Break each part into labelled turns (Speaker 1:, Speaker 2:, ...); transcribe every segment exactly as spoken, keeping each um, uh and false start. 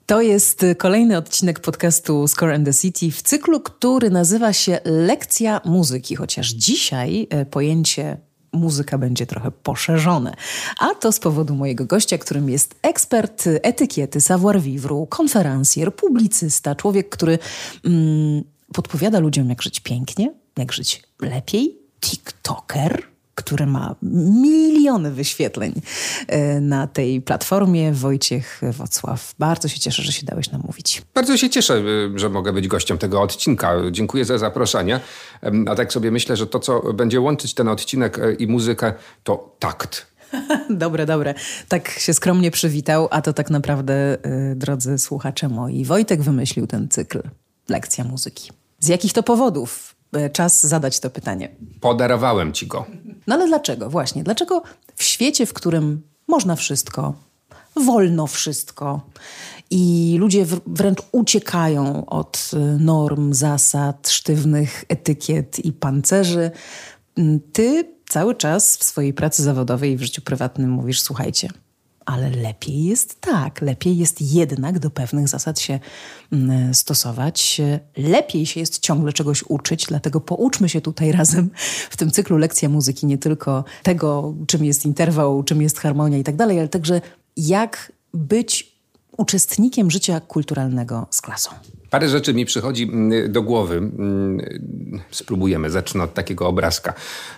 Speaker 1: To jest kolejny odcinek podcastu Score and the City w cyklu, który nazywa się Lekcja muzyki, chociaż dzisiaj pojęcie muzyka będzie trochę poszerzone. A to z powodu mojego gościa, którym jest ekspert etykiety, savoir-vivre, konferencjer, publicysta, człowiek, który mm, podpowiada ludziom, jak żyć pięknie, jak żyć lepiej, tiktoker, który ma miliony wyświetleń na tej platformie. Wojciech Wocław, bardzo się cieszę, że się dałeś namówić.
Speaker 2: Bardzo się cieszę, że mogę być gościem tego odcinka. Dziękuję za zaproszenie. A tak sobie myślę, że to, co będzie łączyć ten odcinek i muzykę, to takt.
Speaker 1: Dobre, dobre. Tak się skromnie przywitał, a to tak naprawdę, yy, drodzy słuchacze moi, Wojtek wymyślił ten cykl Lekcja muzyki. Z jakich to powodów? Czas zadać to pytanie.
Speaker 2: Podarowałem ci go.
Speaker 1: No ale dlaczego? Właśnie. Dlaczego w świecie, w którym można wszystko, wolno wszystko i ludzie wręcz uciekają od norm, zasad, sztywnych etykiet i pancerzy, ty cały czas w swojej pracy zawodowej i w życiu prywatnym mówisz, słuchajcie, ale lepiej jest tak, lepiej jest jednak do pewnych zasad się stosować. Lepiej się jest ciągle czegoś uczyć, dlatego pouczmy się tutaj razem w tym cyklu Lekcja muzyki nie tylko tego, czym jest interwał, czym jest harmonia i tak dalej, ale także jak być uczestnikiem życia kulturalnego z klasą.
Speaker 2: Parę rzeczy mi przychodzi do głowy. Spróbujemy, zacznę od takiego obrazka.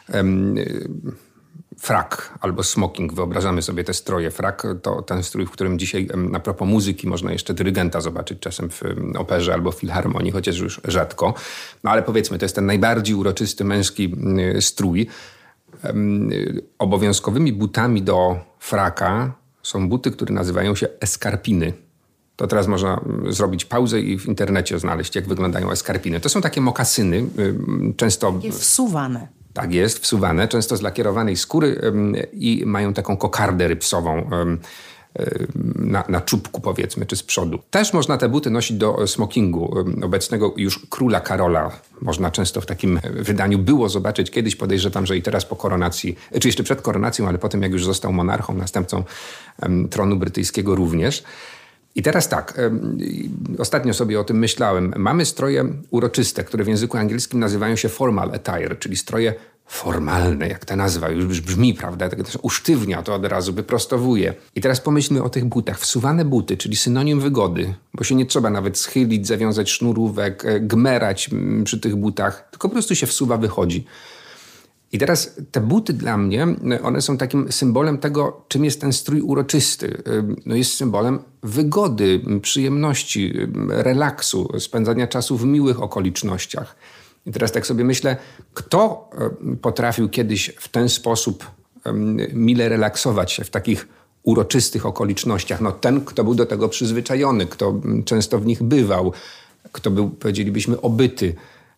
Speaker 2: Frak albo smoking, wyobrażamy sobie te stroje. Frak to ten strój, w którym dzisiaj a propos muzyki można jeszcze dyrygenta zobaczyć czasem w operze albo w filharmonii, chociaż już rzadko. No ale powiedzmy, to jest ten najbardziej uroczysty męski strój. Obowiązkowymi butami do fraka są buty, które nazywają się eskarpiny. To teraz można zrobić pauzę i w internecie znaleźć, jak wyglądają eskarpiny. To są takie mokasyny, często...
Speaker 1: Takie wsuwane.
Speaker 2: Tak jest, wsuwane, często z lakierowanej skóry ym, i mają taką kokardę rypsową ym, na, na czubku, powiedzmy, czy z przodu. Też można te buty nosić do smokingu ym, obecnego już króla Karola. Można często w takim wydaniu było zobaczyć kiedyś, podejrzewam, że i teraz po koronacji, czy jeszcze przed koronacją, ale potem jak już został monarchą, następcą ym, tronu brytyjskiego również. I teraz tak, y, ostatnio sobie o tym myślałem. Mamy stroje uroczyste, które w języku angielskim nazywają się formal attire, czyli stroje formalne, jak ta nazwa już brzmi, prawda? Tak też usztywnia to od razu, wyprostowuje. I teraz pomyślmy o tych butach. Wsuwane buty, czyli synonim wygody, bo się nie trzeba nawet schylić, zawiązać sznurówek, gmerać przy tych butach, tylko po prostu się wsuwa, wychodzi. I teraz te buty dla mnie, one są takim symbolem tego, czym jest ten strój uroczysty. No jest symbolem wygody, przyjemności, relaksu, spędzania czasu w miłych okolicznościach. I teraz tak sobie myślę, kto potrafił kiedyś w ten sposób mile relaksować się w takich uroczystych okolicznościach? No ten, kto był do tego przyzwyczajony, kto często w nich bywał, kto był, powiedzielibyśmy, obyty.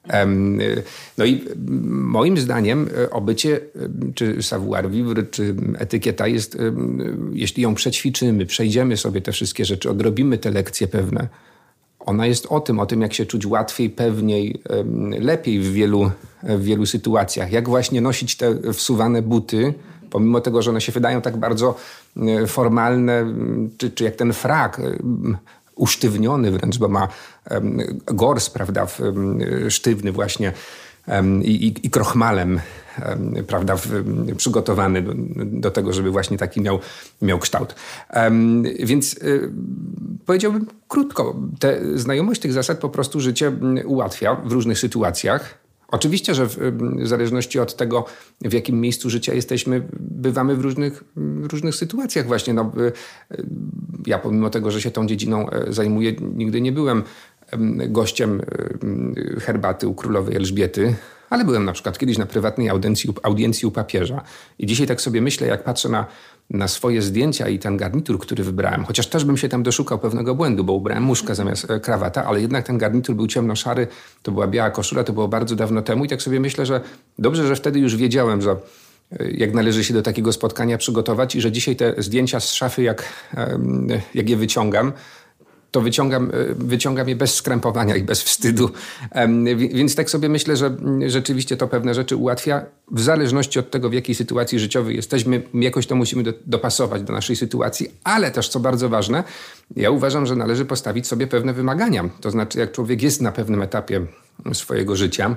Speaker 2: No i moim zdaniem obycie, czy savoir-vivre, czy etykieta jest, jeśli ją przećwiczymy, przejdziemy sobie te wszystkie rzeczy, odrobimy te lekcje pewne, ona jest o tym, o tym, jak się czuć łatwiej, pewniej, lepiej w wielu, w wielu sytuacjach. Jak właśnie nosić te wsuwane buty, pomimo tego, że one się wydają tak bardzo formalne, czy, czy jak ten frak, usztywniony wręcz, bo ma um, gors, prawda, w, um, sztywny właśnie um, i, i krochmalem, um, prawda, w, um, przygotowany do, do tego, żeby właśnie taki miał, miał kształt. Um, więc y, powiedziałbym krótko, te, znajomość tych zasad po prostu życie ułatwia w różnych sytuacjach. Oczywiście, że w, w zależności od tego, w jakim miejscu życia jesteśmy, bywamy w różnych, w różnych sytuacjach właśnie. No, ja pomimo tego, że się tą dziedziną zajmuję, nigdy nie byłem gościem herbaty u królowej Elżbiety, ale byłem na przykład kiedyś na prywatnej audiencji, audiencji u papieża. I dzisiaj tak sobie myślę, jak patrzę na, na swoje zdjęcia i ten garnitur, który wybrałem, chociaż też bym się tam doszukał pewnego błędu, bo ubrałem muszkę zamiast krawata, ale jednak ten garnitur był ciemnoszary, to była biała koszula, to było bardzo dawno temu i tak sobie myślę, że dobrze, że wtedy już wiedziałem, że jak należy się do takiego spotkania przygotować i że dzisiaj te zdjęcia z szafy, jak, jak je wyciągam, to wyciągam, wyciągam je bez skrępowania i bez wstydu. Więc tak sobie myślę, że rzeczywiście to pewne rzeczy ułatwia. W zależności od tego, w jakiej sytuacji życiowej jesteśmy, jakoś to musimy do, dopasować do naszej sytuacji, ale też, co bardzo ważne, ja uważam, że należy postawić sobie pewne wymagania. To znaczy, jak człowiek jest na pewnym etapie swojego życia,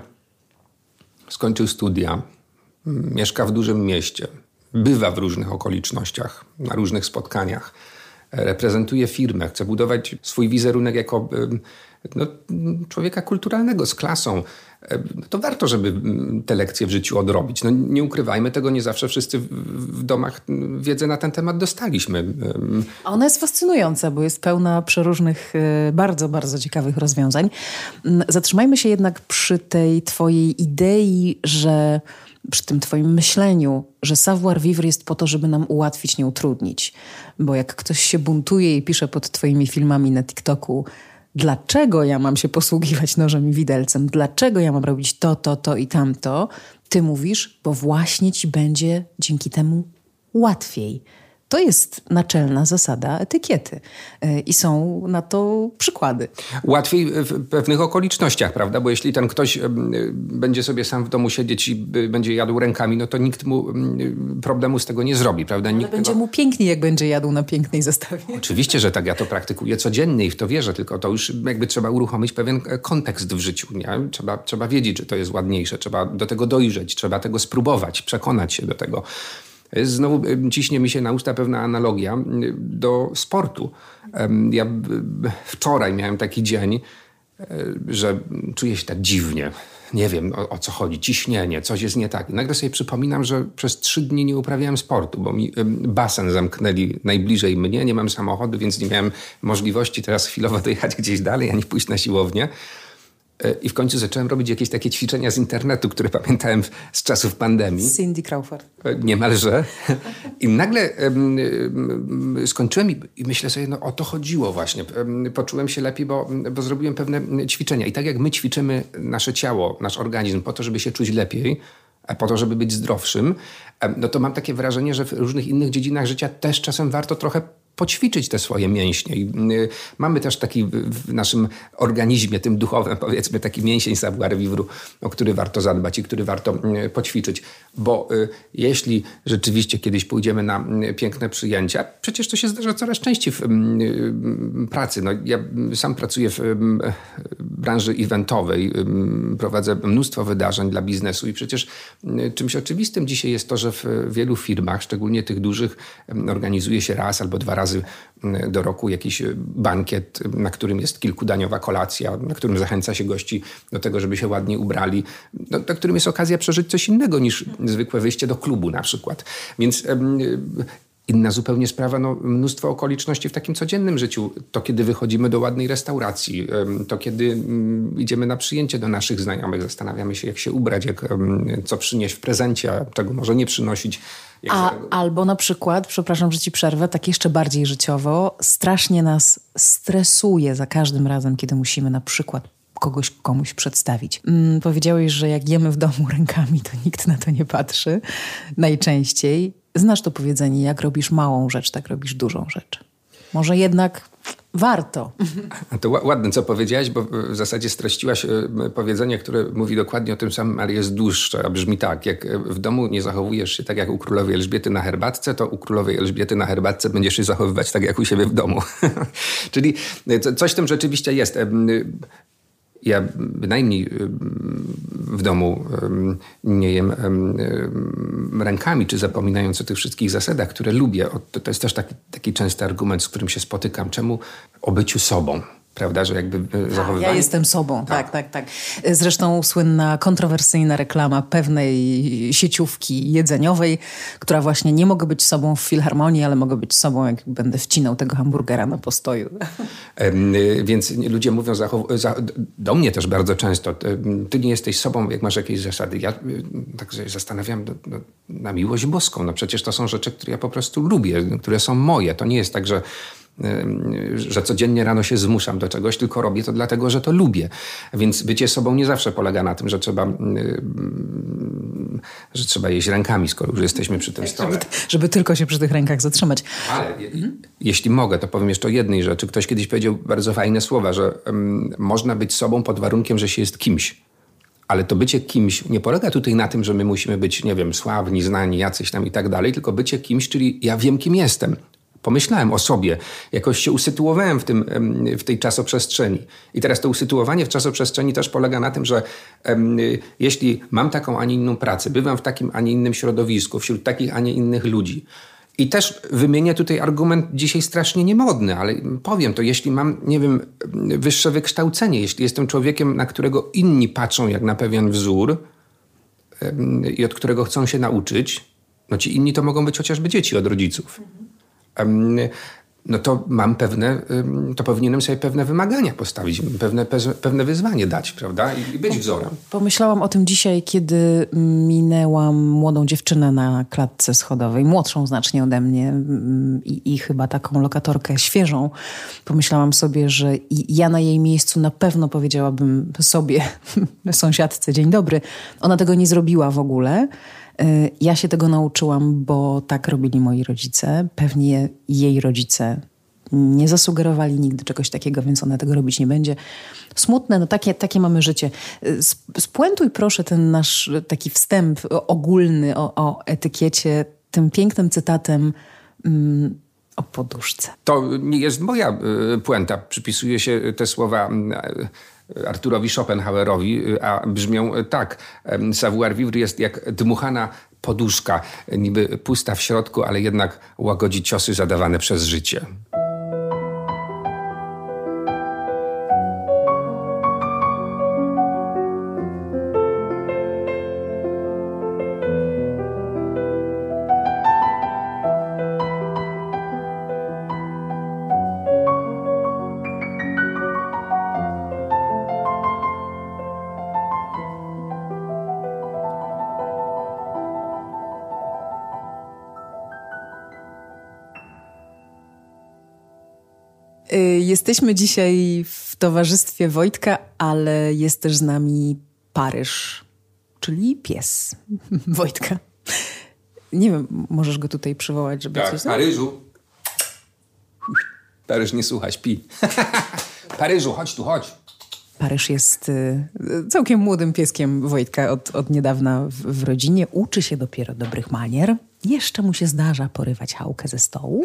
Speaker 2: skończył studia, mieszka w dużym mieście, bywa w różnych okolicznościach, na różnych spotkaniach, reprezentuje firmę, chce budować swój wizerunek jako no, człowieka kulturalnego, z klasą, to warto, żeby te lekcje w życiu odrobić. No, nie ukrywajmy tego, nie zawsze wszyscy w domach wiedzę na ten temat dostaliśmy.
Speaker 1: A ona jest fascynująca, bo jest pełna przeróżnych, bardzo, bardzo ciekawych rozwiązań. Zatrzymajmy się jednak przy tej twojej idei, że przy tym twoim myśleniu, że savoir-vivre jest po to, żeby nam ułatwić, nie utrudnić. Bo jak ktoś się buntuje i pisze pod twoimi filmami na TikToku, dlaczego ja mam się posługiwać nożem i widelcem, dlaczego ja mam robić to, to, to i tamto, ty mówisz, bo właśnie ci będzie dzięki temu łatwiej. To jest naczelna zasada etykiety i są na to przykłady.
Speaker 2: Łatwiej w pewnych okolicznościach, prawda? Bo jeśli ten ktoś będzie sobie sam w domu siedzieć i będzie jadł rękami, no to nikt mu problemu z tego nie zrobi, prawda?
Speaker 1: Ale
Speaker 2: nikt
Speaker 1: będzie
Speaker 2: tego...
Speaker 1: mu piękniej, jak będzie jadł na pięknej zastawie.
Speaker 2: Oczywiście, że tak. Ja to praktykuję codziennie i w to wierzę, tylko to już jakby trzeba uruchomić pewien kontekst w życiu. Nie? Trzeba, trzeba wiedzieć, że to jest ładniejsze. Trzeba do tego dojrzeć, trzeba tego spróbować, przekonać się do tego. Znowu ciśnie mi się na usta pewna analogia do sportu. Ja wczoraj miałem taki dzień, że czuję się tak dziwnie. Nie wiem, o, o co chodzi. Ciśnienie, coś jest nie tak. I nagle sobie przypominam, że przez trzy dni nie uprawiałem sportu, bo mi basen zamknęli najbliżej mnie. Nie mam samochodu, więc nie miałem możliwości teraz chwilowo dojechać gdzieś dalej, ani pójść na siłownię. I w końcu zacząłem robić jakieś takie ćwiczenia z internetu, które pamiętałem z czasów pandemii.
Speaker 1: Cindy Crawford.
Speaker 2: Niemalże. I nagle um, um, skończyłem i, i myślę sobie, no o to chodziło właśnie. Um, poczułem się lepiej, bo, bo zrobiłem pewne ćwiczenia. I tak jak my ćwiczymy nasze ciało, nasz organizm po to, żeby się czuć lepiej, a po to, żeby być zdrowszym, no to mam takie wrażenie, że w różnych innych dziedzinach życia też czasem warto trochę poćwiczyć te swoje mięśnie. I y, mamy też taki w, w naszym organizmie, tym duchowym, powiedzmy, taki mięsień savoir-vivre, o który warto zadbać i który warto y, poćwiczyć. Bo y, jeśli rzeczywiście kiedyś pójdziemy na y, piękne przyjęcia, przecież to się zdarza coraz częściej w y, y, pracy. No, ja sam pracuję w y, branży eventowej, y, prowadzę mnóstwo wydarzeń dla biznesu i przecież y, czymś oczywistym dzisiaj jest to, że w wielu firmach, szczególnie tych dużych, y, organizuje się raz albo dwa razy do roku jakiś bankiet, na którym jest kilkudaniowa kolacja, na którym zachęca się gości do tego, żeby się ładnie ubrali, no, na którym jest okazja przeżyć coś innego niż zwykłe wyjście do klubu na przykład. Więc inna zupełnie sprawa, no, mnóstwo okoliczności w takim codziennym życiu. To, kiedy wychodzimy do ładnej restauracji, to, kiedy idziemy na przyjęcie do naszych znajomych, zastanawiamy się, jak się ubrać, jak, co przynieść w prezencie, a czego może nie przynosić.
Speaker 1: A, albo na przykład, przepraszam, że ci przerwę, tak jeszcze bardziej życiowo, strasznie nas stresuje za każdym razem, kiedy musimy na przykład kogoś komuś przedstawić. Mm, powiedziałeś, że jak jemy w domu rękami, to nikt na to nie patrzy. Najczęściej. Znasz to powiedzenie, jak robisz małą rzecz, tak robisz dużą rzecz. Może jednak warto.
Speaker 2: A to ładne, co powiedziałaś, bo w zasadzie streściłaś powiedzenie, które mówi dokładnie o tym samym, ale jest dłuższe. A brzmi tak, jak w domu nie zachowujesz się tak jak u królowej Elżbiety na herbatce, to u królowej Elżbiety na herbatce będziesz się zachowywać tak jak u siebie w domu. Czyli coś w tym rzeczywiście jest. Ja bynajmniej w domu nie jem rękami, czy zapominając o tych wszystkich zasadach, które lubię. To jest też taki, taki częsty argument, z którym się spotykam. Czemu o byciu sobą? Prawda, że jakby zachowywanie...
Speaker 1: Ja jestem sobą, tak, tak, tak. Zresztą słynna, kontrowersyjna reklama pewnej sieciówki jedzeniowej, która właśnie nie mogę być sobą w filharmonii, ale mogę być sobą, jak będę wcinał tego hamburgera na postoju.
Speaker 2: Więc ludzie mówią zachow- za- do mnie też bardzo często, ty nie jesteś sobą, jak masz jakieś zasady. Ja tak się zastanawiam no, no, na miłość boską. No przecież to są rzeczy, które ja po prostu lubię, które są moje. To nie jest tak, że że codziennie rano się zmuszam do czegoś, tylko robię to dlatego, że to lubię. Więc bycie sobą nie zawsze polega na tym, że trzeba, że trzeba jeść rękami, skoro już jesteśmy przy tym stole.
Speaker 1: Żeby, żeby tylko się przy tych rękach zatrzymać.
Speaker 2: Ale mhm. jeśli mogę, to powiem jeszcze o jednej rzeczy. Ktoś kiedyś powiedział bardzo fajne słowa, że um, można być sobą pod warunkiem, że się jest kimś. Ale to bycie kimś nie polega tutaj na tym, że my musimy być, nie wiem, sławni, znani, jacyś tam i tak dalej, tylko bycie kimś, czyli ja wiem, kim jestem. Pomyślałem o sobie, jakoś się usytuowałem w, tym, w tej czasoprzestrzeni. I teraz to usytuowanie w czasoprzestrzeni też polega na tym, że um, jeśli mam taką, a nie inną pracę, bywam w takim, a nie innym środowisku, wśród takich, a nie innych ludzi. I też wymienię tutaj argument dzisiaj strasznie niemodny, ale powiem to, jeśli mam, nie wiem, wyższe wykształcenie, jeśli jestem człowiekiem, na którego inni patrzą jak na pewien wzór um, i od którego chcą się nauczyć, no ci inni to mogą być chociażby dzieci od rodziców. No to mam pewne, to powinienem sobie pewne wymagania postawić, pewne, pewne wyzwanie dać, prawda? I być wzorem.
Speaker 1: Pomyślałam o tym dzisiaj, kiedy minęłam młodą dziewczynę na klatce schodowej, młodszą znacznie ode mnie i, i chyba taką lokatorkę świeżą. Pomyślałam sobie, że ja na jej miejscu na pewno powiedziałabym sobie, sąsiadce, dzień dobry. Ona tego nie zrobiła w ogóle. Ja się tego nauczyłam, bo tak robili moi rodzice. Pewnie jej rodzice nie zasugerowali nigdy czegoś takiego, więc ona tego robić nie będzie. Smutne, no takie, takie mamy życie. Spuentuj proszę ten nasz taki wstęp ogólny o, o etykiecie tym pięknym cytatem mm, o poduszce.
Speaker 2: To nie jest moja puenta. Przypisuje się te słowa Arturowi Schopenhauerowi, a brzmią tak. Savoir-vivre jest jak dmuchana poduszka, niby pusta w środku, ale jednak łagodzi ciosy zadawane przez życie.
Speaker 1: Jesteśmy dzisiaj w towarzystwie Wojtka, ale jest też z nami Paryż, czyli pies Wojtka. Nie wiem, możesz go tutaj przywołać, żeby
Speaker 2: tak,
Speaker 1: coś...
Speaker 2: Paryżu. Paryż nie słucha, śpi. Paryżu, chodź tu, chodź.
Speaker 1: Paryż jest y, całkiem młodym pieskiem Wojtka od, od niedawna w, w rodzinie. Uczy się dopiero dobrych manier. Jeszcze mu się zdarza porywać chałkę ze stołu.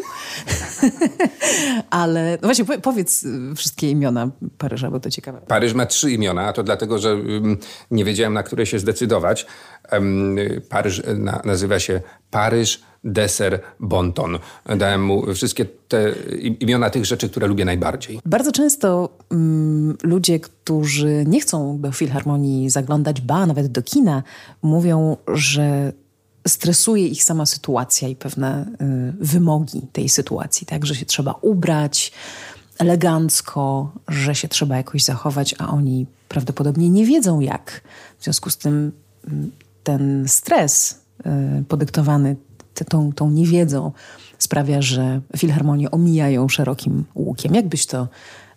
Speaker 1: Ale no właśnie, powiedz wszystkie imiona Paryża, bo to ciekawe.
Speaker 2: Paryż ma trzy imiona, a to dlatego, że um, nie wiedziałem, na które się zdecydować. Um, Paryż na, nazywa się Paryż Deser Bonton. Dałem mu wszystkie te imiona tych rzeczy, które lubię najbardziej.
Speaker 1: Bardzo często um, ludzie, którzy nie chcą do filharmonii zaglądać, ba, nawet do kina, mówią, że stresuje ich sama sytuacja i pewne y, wymogi tej sytuacji, tak, że się trzeba ubrać elegancko, że się trzeba jakoś zachować, a oni prawdopodobnie nie wiedzą jak. W związku z tym y, ten stres y, podyktowany t- tą, tą niewiedzą sprawia, że filharmonię omijają szerokim łukiem. Jak byś to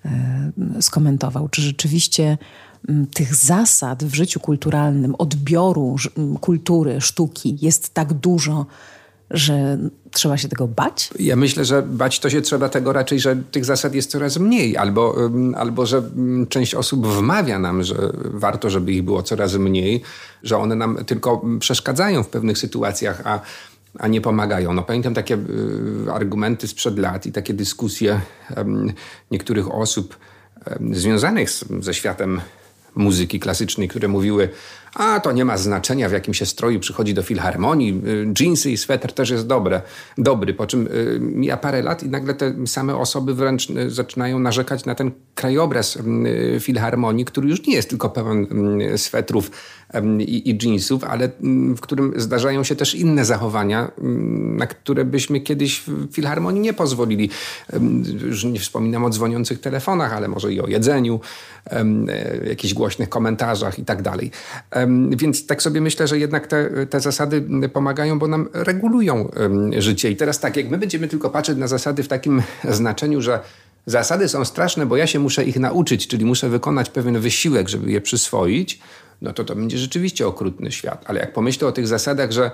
Speaker 1: y, skomentował? Czy rzeczywiście tych zasad w życiu kulturalnym, odbioru kultury, sztuki jest tak dużo, że trzeba się tego bać?
Speaker 2: Ja myślę, że bać to się trzeba tego raczej, że tych zasad jest coraz mniej. Albo, albo że część osób wmawia nam, że warto, żeby ich było coraz mniej, że one nam tylko przeszkadzają w pewnych sytuacjach, a, a nie pomagają. No, pamiętam takie y, argumenty sprzed lat i takie dyskusje y, niektórych osób y, związanych z, ze światem muzyki klasycznej, które mówiły, a to nie ma znaczenia, w jakim się stroju przychodzi do filharmonii, dżinsy i sweter też jest dobre, dobry. Po czym y, mija parę lat i nagle te same osoby wręcz y, zaczynają narzekać na ten krajobraz y, filharmonii, który już nie jest tylko pełen y, swetrów y, i dżinsów, ale y, w którym zdarzają się też inne zachowania, y, na które byśmy kiedyś w filharmonii nie pozwolili. Y, już nie wspominam o dzwoniących telefonach, ale może i o jedzeniu, y, y, jakichś głośnych komentarzach i tak dalej. Y, Więc tak sobie myślę, że jednak te, te zasady pomagają, bo nam regulują życie. I teraz tak, jak my będziemy tylko patrzeć na zasady w takim znaczeniu, że zasady są straszne, bo ja się muszę ich nauczyć, czyli muszę wykonać pewien wysiłek, żeby je przyswoić, no to to będzie rzeczywiście okrutny świat. Ale jak pomyślę o tych zasadach, że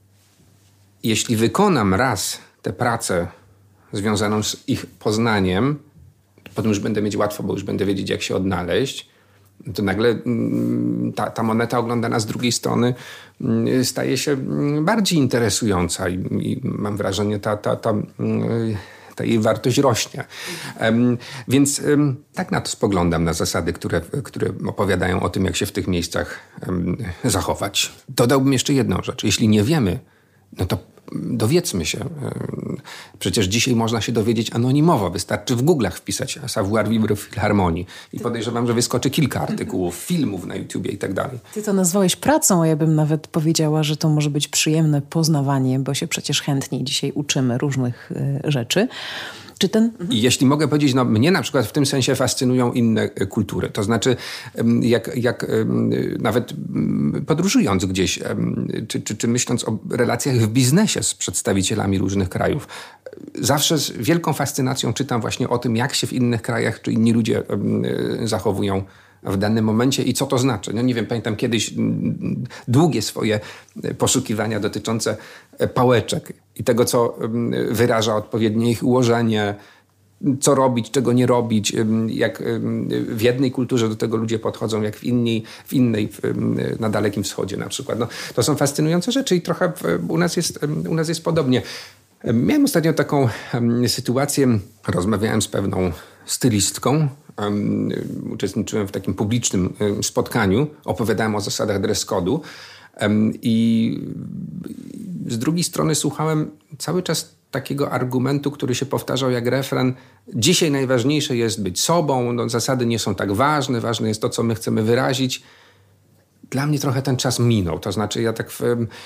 Speaker 2: jeśli wykonam raz tę pracę związaną z ich poznaniem, to potem już będę mieć łatwo, bo już będę wiedzieć, jak się odnaleźć, to nagle ta, ta moneta oglądana z drugiej strony staje się bardziej interesująca i, i mam wrażenie, ta, ta, ta, ta jej wartość rośnie. Um, więc um, tak na to spoglądam, na zasady, które, które opowiadają o tym, jak się w tych miejscach um, zachować. Dodałbym jeszcze jedną rzecz. Jeśli nie wiemy, no to dowiedzmy się. Przecież dzisiaj można się dowiedzieć anonimowo. Wystarczy w Google'ach wpisać savoir vivre w filharmonii. I podejrzewam, że wyskoczy kilka artykułów, filmów na YouTubie i tak dalej.
Speaker 1: Ty to nazwałeś pracą, a ja bym nawet powiedziała, że to może być przyjemne poznawanie, bo się przecież chętniej dzisiaj uczymy różnych y, rzeczy. Czy ten...
Speaker 2: I jeśli mogę powiedzieć, no mnie na przykład w tym sensie fascynują inne kultury. To znaczy, jak, jak nawet podróżując gdzieś, czy, czy, czy myśląc o relacjach w biznesie z przedstawicielami różnych krajów, zawsze z wielką fascynacją czytam właśnie o tym, jak się w innych krajach, czy inni ludzie zachowują w danym momencie i co to znaczy. No nie wiem, pamiętam kiedyś długie swoje poszukiwania dotyczące pałeczek i tego, co wyraża odpowiednie ich ułożenie, co robić, czego nie robić, jak w jednej kulturze do tego ludzie podchodzą, jak w innej, w innej na Dalekim Wschodzie na przykład. No, to są fascynujące rzeczy i trochę u nas jest, u nas jest podobnie. Miałem ostatnio taką sytuację, rozmawiałem z pewną stylistką, um, uczestniczyłem w takim publicznym um, spotkaniu, opowiadałem o zasadach dress code'u um, i z drugiej strony słuchałem cały czas takiego argumentu, który się powtarzał jak refren. Dzisiaj najważniejsze jest być sobą, no, zasady nie są tak ważne, ważne jest to, co my chcemy wyrazić. Dla mnie trochę ten czas minął. To znaczy ja tak, w,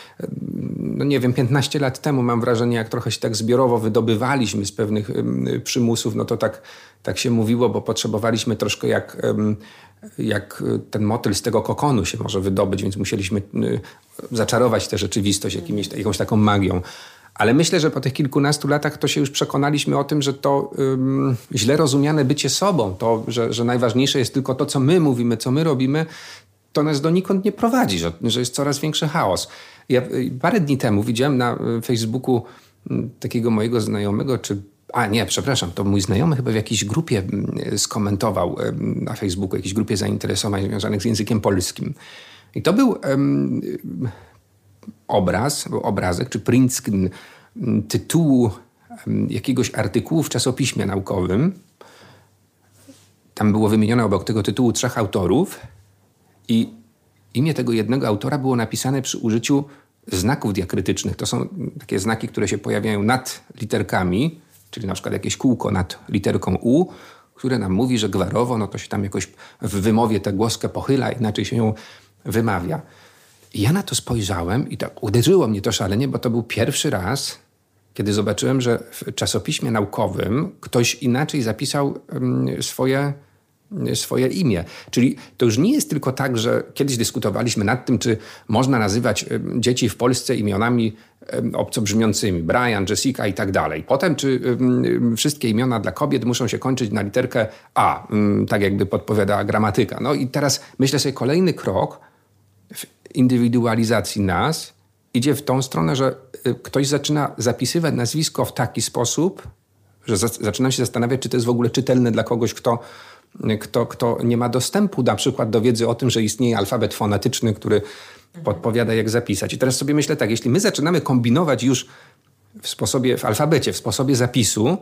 Speaker 2: no nie wiem, piętnaście lat temu mam wrażenie, jak trochę się tak zbiorowo wydobywaliśmy z pewnych przymusów, no to tak, tak się mówiło, bo potrzebowaliśmy troszkę jak, jak ten motyl z tego kokonu się może wydobyć, więc musieliśmy zaczarować tę rzeczywistość jakimiś, jakąś taką magią. Ale myślę, że po tych kilkunastu latach to się już przekonaliśmy o tym, że to um, źle rozumiane bycie sobą, to, że, że najważniejsze jest tylko to, co my mówimy, co my robimy, to nas donikąd nie prowadzi, że, że jest coraz większy chaos. Ja parę dni temu widziałem na Facebooku takiego mojego znajomego, czy... A nie, przepraszam, to mój znajomy chyba w jakiejś grupie skomentował na Facebooku, jakiejś grupie zainteresowań związanych z językiem polskim. I to był um, obraz, obrazek, czy print screen tytułu um, jakiegoś artykułu w czasopiśmie naukowym. Tam było wymienione obok tego tytułu trzech autorów. I imię tego jednego autora było napisane przy użyciu znaków diakrytycznych. To są takie znaki, które się pojawiają nad literkami, czyli na przykład jakieś kółko nad literką U, które nam mówi, że gwarowo, no to się tam jakoś w wymowie tę głoskę pochyla, inaczej się ją wymawia. I ja na to spojrzałem i tak uderzyło mnie to szalenie, bo to był pierwszy raz, kiedy zobaczyłem, że w czasopiśmie naukowym ktoś inaczej zapisał um, swoje... swoje imię. Czyli to już nie jest tylko tak, że kiedyś dyskutowaliśmy nad tym, czy można nazywać dzieci w Polsce imionami obco brzmiącymi, Brian, Jessica i tak dalej. Potem, czy wszystkie imiona dla kobiet muszą się kończyć na literkę A, tak jakby podpowiadała gramatyka. No i teraz myślę sobie, kolejny krok w indywidualizacji nas idzie w tą stronę, że ktoś zaczyna zapisywać nazwisko w taki sposób, że zaczyna się zastanawiać, czy to jest w ogóle czytelne dla kogoś, kto Kto, kto nie ma dostępu na przykład do wiedzy o tym, że istnieje alfabet fonetyczny, który podpowiada, jak zapisać. I teraz sobie myślę tak, jeśli my zaczynamy kombinować już w sposobie, w alfabecie, w sposobie zapisu,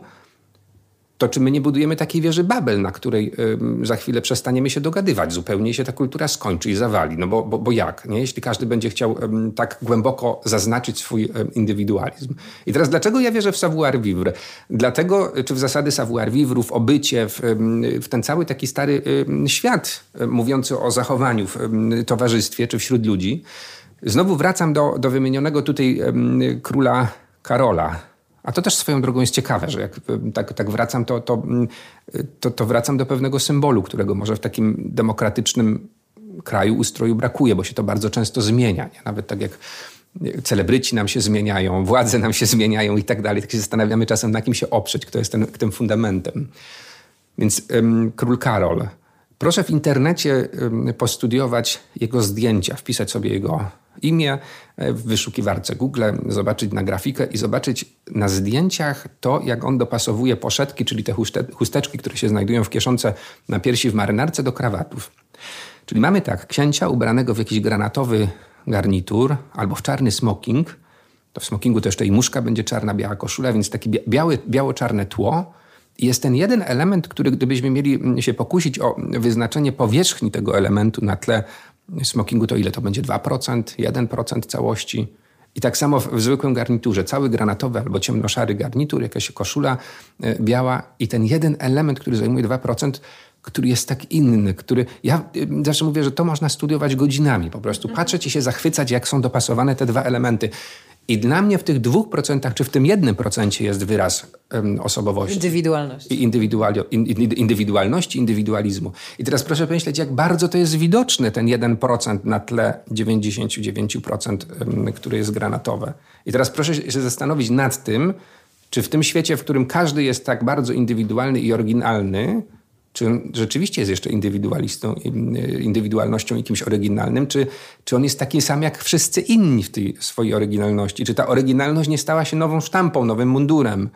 Speaker 2: to czy my nie budujemy takiej wieży Babel, na której y, za chwilę przestaniemy się dogadywać zupełnie i się ta kultura skończy i zawali. No bo, bo, bo jak? Nie? Jeśli każdy będzie chciał y, tak głęboko zaznaczyć swój y, indywidualizm. I teraz dlaczego ja wierzę w savoir vivre? Dlatego, czy w zasady savoir vivre, w obycie, w, y, w ten cały taki stary y, świat y, mówiący o zachowaniu w y, towarzystwie czy wśród ludzi. Znowu wracam do, do wymienionego tutaj y, króla Karola. A to też swoją drogą jest ciekawe, że jak tak, tak wracam, to, to, to, to wracam do pewnego symbolu, którego może w takim demokratycznym kraju, ustroju brakuje, bo się to bardzo często zmienia. Nie? Nawet tak jak celebryci nam się zmieniają, władze nam się zmieniają i tak dalej. Tak się zastanawiamy czasem, na kim się oprzeć, kto jest ten, tym fundamentem. Więc um, król Karol Proszę w internecie postudiować jego zdjęcia, wpisać sobie jego imię w wyszukiwarce Google, zobaczyć na grafikę i zobaczyć na zdjęciach to, jak on dopasowuje poszetki, czyli te chusteczki, które się znajdują w kieszonce na piersi w marynarce, do krawatów. Czyli mamy tak, księcia ubranego w jakiś granatowy garnitur albo w czarny smoking. To w smokingu to jeszcze i muszka będzie czarna, biała koszula, więc takie białe, biało-czarne tło. I jest ten jeden element, który gdybyśmy mieli się pokusić o wyznaczenie powierzchni tego elementu na tle smokingu, to ile to będzie? dwa procent, jeden procent całości. I tak samo w, w zwykłym garniturze. Cały granatowy albo ciemnoszary garnitur, jakaś koszula y, biała i ten jeden element, który zajmuje dwa procent, który jest tak inny, który... Ja y, zawsze mówię, że to można studiować godzinami po prostu. Patrzeć i się zachwycać, jak są dopasowane te dwa elementy. I dla mnie w tych dwóch procentach, czy w tym jednym procencie jest wyraz um, osobowości.
Speaker 1: Indywidualności.
Speaker 2: I indywidualio, in, indywidualności, indywidualizmu. I teraz proszę pomyśleć, jak bardzo to jest widoczne, ten jeden procent na tle dziewięćdziesiąt dziewięć procent, um, które jest granatowe. I teraz proszę się zastanowić nad tym, czy w tym świecie, w którym każdy jest tak bardzo indywidualny i oryginalny, czy on rzeczywiście jest jeszcze indywidualistą, indywidualnością i kimś oryginalnym, czy, czy on jest taki sam jak wszyscy inni w tej swojej oryginalności? Czy ta oryginalność nie stała się nową sztampą, nowym mundurem?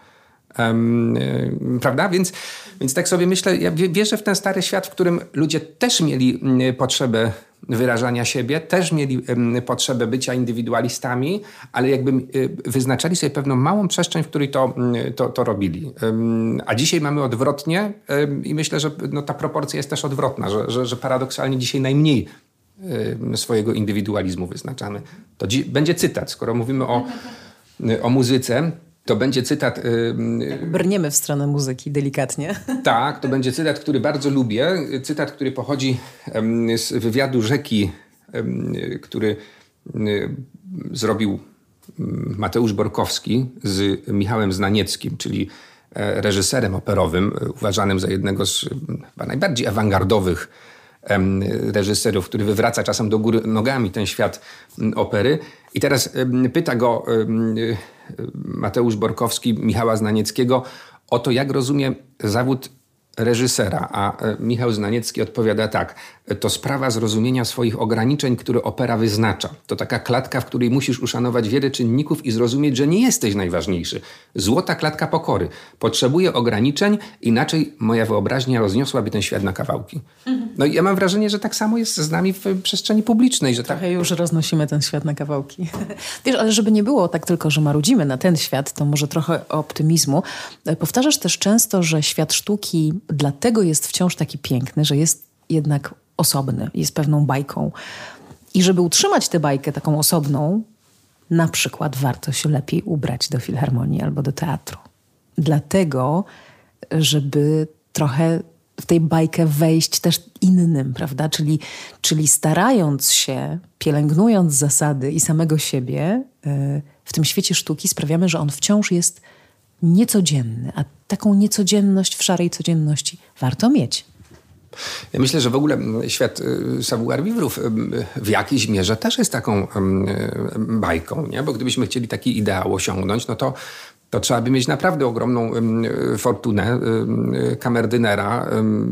Speaker 2: Um, yy, prawda? Więc, więc tak sobie myślę, ja wierzę w ten stary świat, w którym ludzie też mieli yy, potrzebę wyrażania siebie, też mieli yy, potrzebę bycia indywidualistami, ale jakby yy, wyznaczali sobie pewną małą przestrzeń, w której to, yy, to, to robili. Yy, a dzisiaj mamy odwrotnie yy, i myślę, że no, ta proporcja jest też odwrotna, że, że, że paradoksalnie dzisiaj najmniej yy, swojego indywidualizmu wyznaczamy. To dzi- będzie cytat, skoro mówimy o, yy, o muzyce. To będzie cytat... Yy,
Speaker 1: Brniemy w stronę muzyki delikatnie.
Speaker 2: Tak, to będzie cytat, który bardzo lubię. Cytat, który pochodzi yy, z wywiadu Rzeki, yy, który yy, zrobił Mateusz Borkowski z Michałem Znanieckim, czyli yy, reżyserem operowym, yy, uważanym za jednego z yy, chyba najbardziej awangardowych yy, reżyserów, który wywraca czasem do góry nogami ten świat yy, opery. I teraz yy, pyta go... Yy, Mateusz Borkowski Michała Znanieckiego o to, jak rozumie zawód reżysera. A Michał Znaniecki odpowiada tak. To sprawa zrozumienia swoich ograniczeń, które opera wyznacza. To taka klatka, w której musisz uszanować wiele czynników i zrozumieć, że nie jesteś najważniejszy. Złota klatka pokory. Potrzebuję ograniczeń, inaczej moja wyobraźnia rozniosłaby ten świat na kawałki. Mhm. No i ja mam wrażenie, że tak samo jest z nami w przestrzeni publicznej. Że
Speaker 1: Trochę
Speaker 2: tak...
Speaker 1: już roznosimy ten świat na kawałki. Wiesz, ale żeby nie było tak tylko, że marudzimy na ten świat, to może trochę optymizmu. Powtarzasz też często, że świat sztuki dlatego jest wciąż taki piękny, że jest jednak osobny, jest pewną bajką. I żeby utrzymać tę bajkę taką osobną, na przykład warto się lepiej ubrać do filharmonii albo do teatru. Dlatego, żeby trochę w tej bajkę wejść też innym, prawda? Czyli, czyli starając się, pielęgnując zasady i samego siebie, w tym świecie sztuki sprawiamy, że on wciąż jest niecodzienny. A taką niecodzienność w szarej codzienności warto mieć.
Speaker 2: Ja myślę, że w ogóle świat savoir-vivre'ów w jakiejś mierze też jest taką bajką, nie? Bo gdybyśmy chcieli taki ideał osiągnąć, no to to trzeba by mieć naprawdę ogromną y, fortunę y, kamerdynera,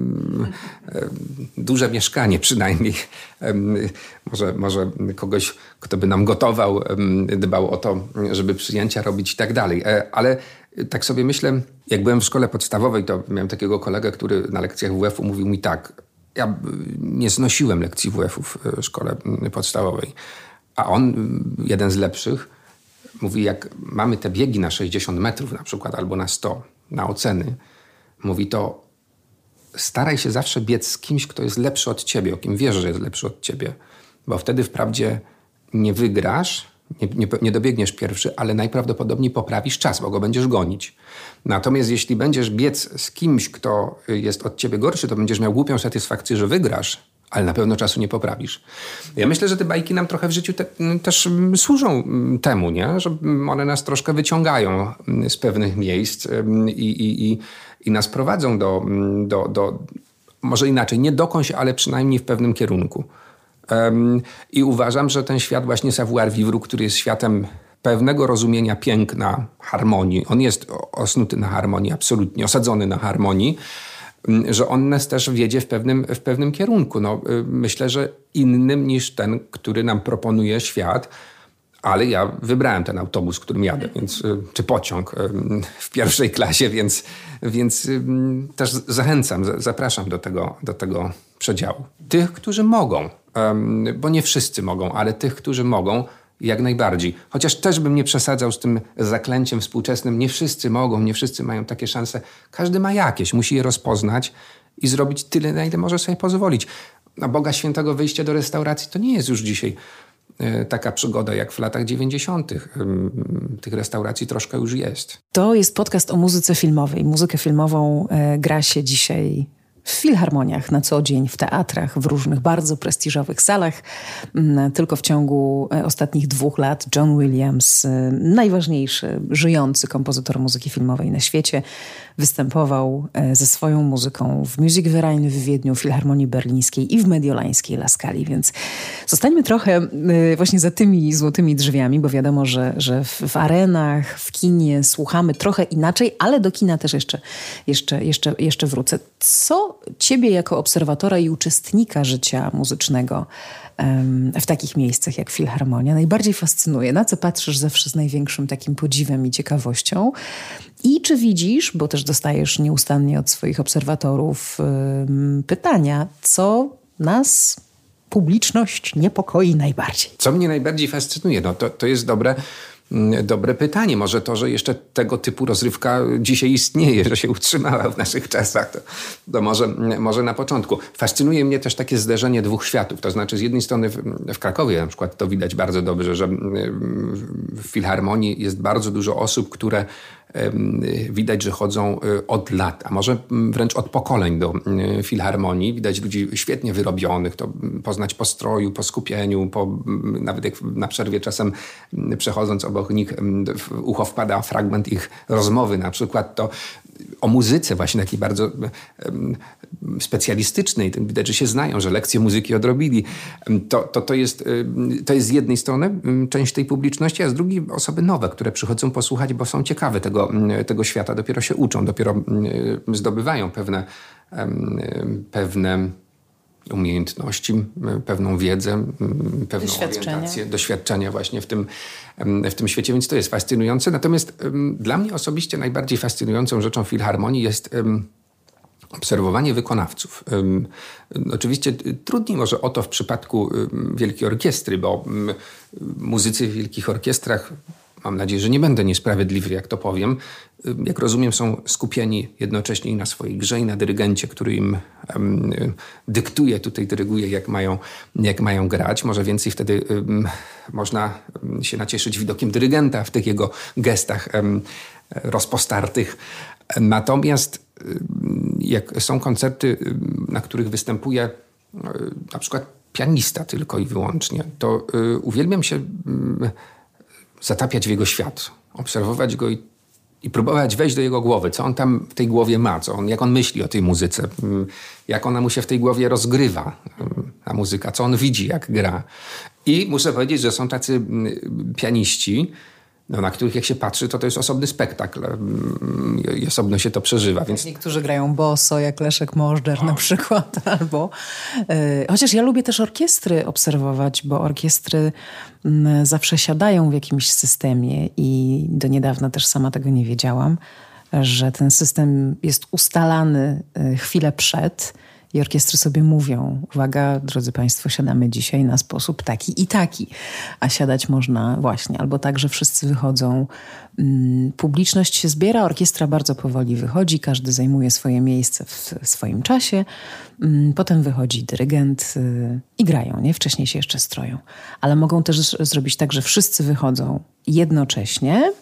Speaker 2: y, y, duże mieszkanie przynajmniej. Y, może, może kogoś, kto by nam gotował, y, dbał o to, żeby przyjęcia robić i tak dalej. Y, ale tak sobie myślę, jak byłem w szkole podstawowej, to miałem takiego kolegę, który na lekcjach W F-u mówił mi tak. Ja nie znosiłem lekcji W F-u w szkole podstawowej, a on, jeden z lepszych, mówi, jak mamy te biegi na sześćdziesiąt metrów na przykład, albo na sto, na oceny, mówi, to staraj się zawsze biec z kimś, kto jest lepszy od ciebie, o kim wiesz, że jest lepszy od ciebie. Bo wtedy wprawdzie nie wygrasz, nie, nie, nie dobiegniesz pierwszy, ale najprawdopodobniej poprawisz czas, bo go będziesz gonić. Natomiast jeśli będziesz biec z kimś, kto jest od ciebie gorszy, to będziesz miał głupią satysfakcję, że wygrasz, ale na pewno czasu nie poprawisz. Ja myślę, że te bajki nam trochę w życiu te, też służą temu, nie? Że one nas troszkę wyciągają z pewnych miejsc i, i, i, i nas prowadzą do, do, do, może inaczej, nie dokądś, ale przynajmniej w pewnym kierunku. Um, I uważam, że ten świat właśnie savoir-vivre, który jest światem pewnego rozumienia piękna, harmonii, on jest osnuty na harmonii, absolutnie, osadzony na harmonii, że on nas też wiedzie w pewnym, w pewnym kierunku. No, myślę, że innym niż ten, który nam proponuje świat, ale ja wybrałem ten autobus, którym jadę, więc, czy pociąg w pierwszej klasie, więc, więc też zachęcam, zapraszam do tego, do tego przedziału. Tych, którzy mogą, bo nie wszyscy mogą, ale tych, którzy mogą, jak najbardziej. Chociaż też bym nie przesadzał z tym zaklęciem współczesnym. Nie wszyscy mogą, nie wszyscy mają takie szanse. Każdy ma jakieś, musi je rozpoznać i zrobić tyle, na ile może sobie pozwolić. Na Boga Świętego wyjście do restauracji to nie jest już dzisiaj taka przygoda jak w latach dziewięćdziesiątych. Tych restauracji troszkę już jest.
Speaker 1: To jest podcast o muzyce filmowej. Muzykę filmową e, gra się dzisiaj w filharmoniach na co dzień, w teatrach, w różnych bardzo prestiżowych salach. Tylko w ciągu ostatnich dwóch lat John Williams, najważniejszy żyjący kompozytor muzyki filmowej na świecie, występował ze swoją muzyką w Musikverein w Wiedniu, Filharmonii Berlińskiej i w Mediolańskiej La Scali. Więc zostańmy trochę właśnie za tymi złotymi drzwiami, bo wiadomo, że, że w, w arenach, w kinie słuchamy trochę inaczej, ale do kina też jeszcze, jeszcze, jeszcze, jeszcze wrócę. Co ciebie jako obserwatora i uczestnika życia muzycznego um, w takich miejscach jak Filharmonia najbardziej fascynuje? Na co patrzysz zawsze z największym takim podziwem i ciekawością? I czy widzisz, bo też dostajesz nieustannie od swoich obserwatorów um, pytania, co nas, publiczność, niepokoi najbardziej?
Speaker 2: Co mnie najbardziej fascynuje? No to, to jest dobre... Dobre pytanie. Może to, że jeszcze tego typu rozrywka dzisiaj istnieje, że się utrzymała w naszych czasach, to, to może, może na początku. Fascynuje mnie też takie zderzenie dwóch światów. To znaczy z jednej strony w, w Krakowie na przykład to widać bardzo dobrze, że w Filharmonii jest bardzo dużo osób, które widać, że chodzą od lat, a może wręcz od pokoleń do Filharmonii. Widać ludzi świetnie wyrobionych, to poznać po stroju, po skupieniu, po, nawet jak na przerwie czasem przechodząc obok nich w ucho wpada fragment ich rozmowy na przykład, to o muzyce właśnie takiej bardzo specjalistycznej. Widać, że się znają, że lekcje muzyki odrobili. To, to, to, jest, to jest z jednej strony część tej publiczności, a z drugiej osoby nowe, które przychodzą posłuchać, bo są ciekawe tego, tego świata, dopiero się uczą, dopiero zdobywają pewne, pewne umiejętności, pewną wiedzę, pewną
Speaker 1: doświadczenia.
Speaker 2: orientację, doświadczenia właśnie w tym, w tym świecie, więc to jest fascynujące. Natomiast dla mnie osobiście najbardziej fascynującą rzeczą Filharmonii jest obserwowanie wykonawców. Oczywiście trudniej może o to w przypadku Wielkiej Orkiestry, bo muzycy w wielkich orkiestrach, mam nadzieję, że nie będę niesprawiedliwy, jak to powiem, jak rozumiem, są skupieni jednocześnie i na swojej grze, i na dyrygencie, który im um, dyktuje, tutaj dyryguje, jak mają, jak mają grać. Może więcej wtedy um, można się nacieszyć widokiem dyrygenta w tych jego gestach um, rozpostartych. Natomiast um, jak są koncerty, na których występuje um, na przykład pianista tylko i wyłącznie, to um, uwielbiam się um, zatapiać w jego świat, obserwować go i, i próbować wejść do jego głowy, co on tam w tej głowie ma, co on, jak on myśli o tej muzyce, jak ona mu się w tej głowie rozgrywa, ta muzyka, co on widzi, jak gra. I muszę powiedzieć, że są tacy pianiści, no, na których jak się patrzy, to to jest osobny spektakl i osobno się to przeżywa. Więc...
Speaker 1: Niektórzy grają boso, jak Leszek Możdżer na przykład. Albo, yy, chociaż ja lubię też orkiestry obserwować, bo orkiestry yy, zawsze siadają w jakimś systemie i do niedawna też sama tego nie wiedziałam, że ten system jest ustalany yy, chwilę przed i orkiestry sobie mówią, uwaga, drodzy Państwo, siadamy dzisiaj na sposób taki i taki. A siadać można właśnie albo tak, że wszyscy wychodzą, mm, publiczność się zbiera, orkiestra bardzo powoli wychodzi, każdy zajmuje swoje miejsce w swoim czasie, mm, potem wychodzi dyrygent y, i grają, nie? Wcześniej się jeszcze stroją. Ale mogą też zrobić tak, że wszyscy wychodzą jednocześnie,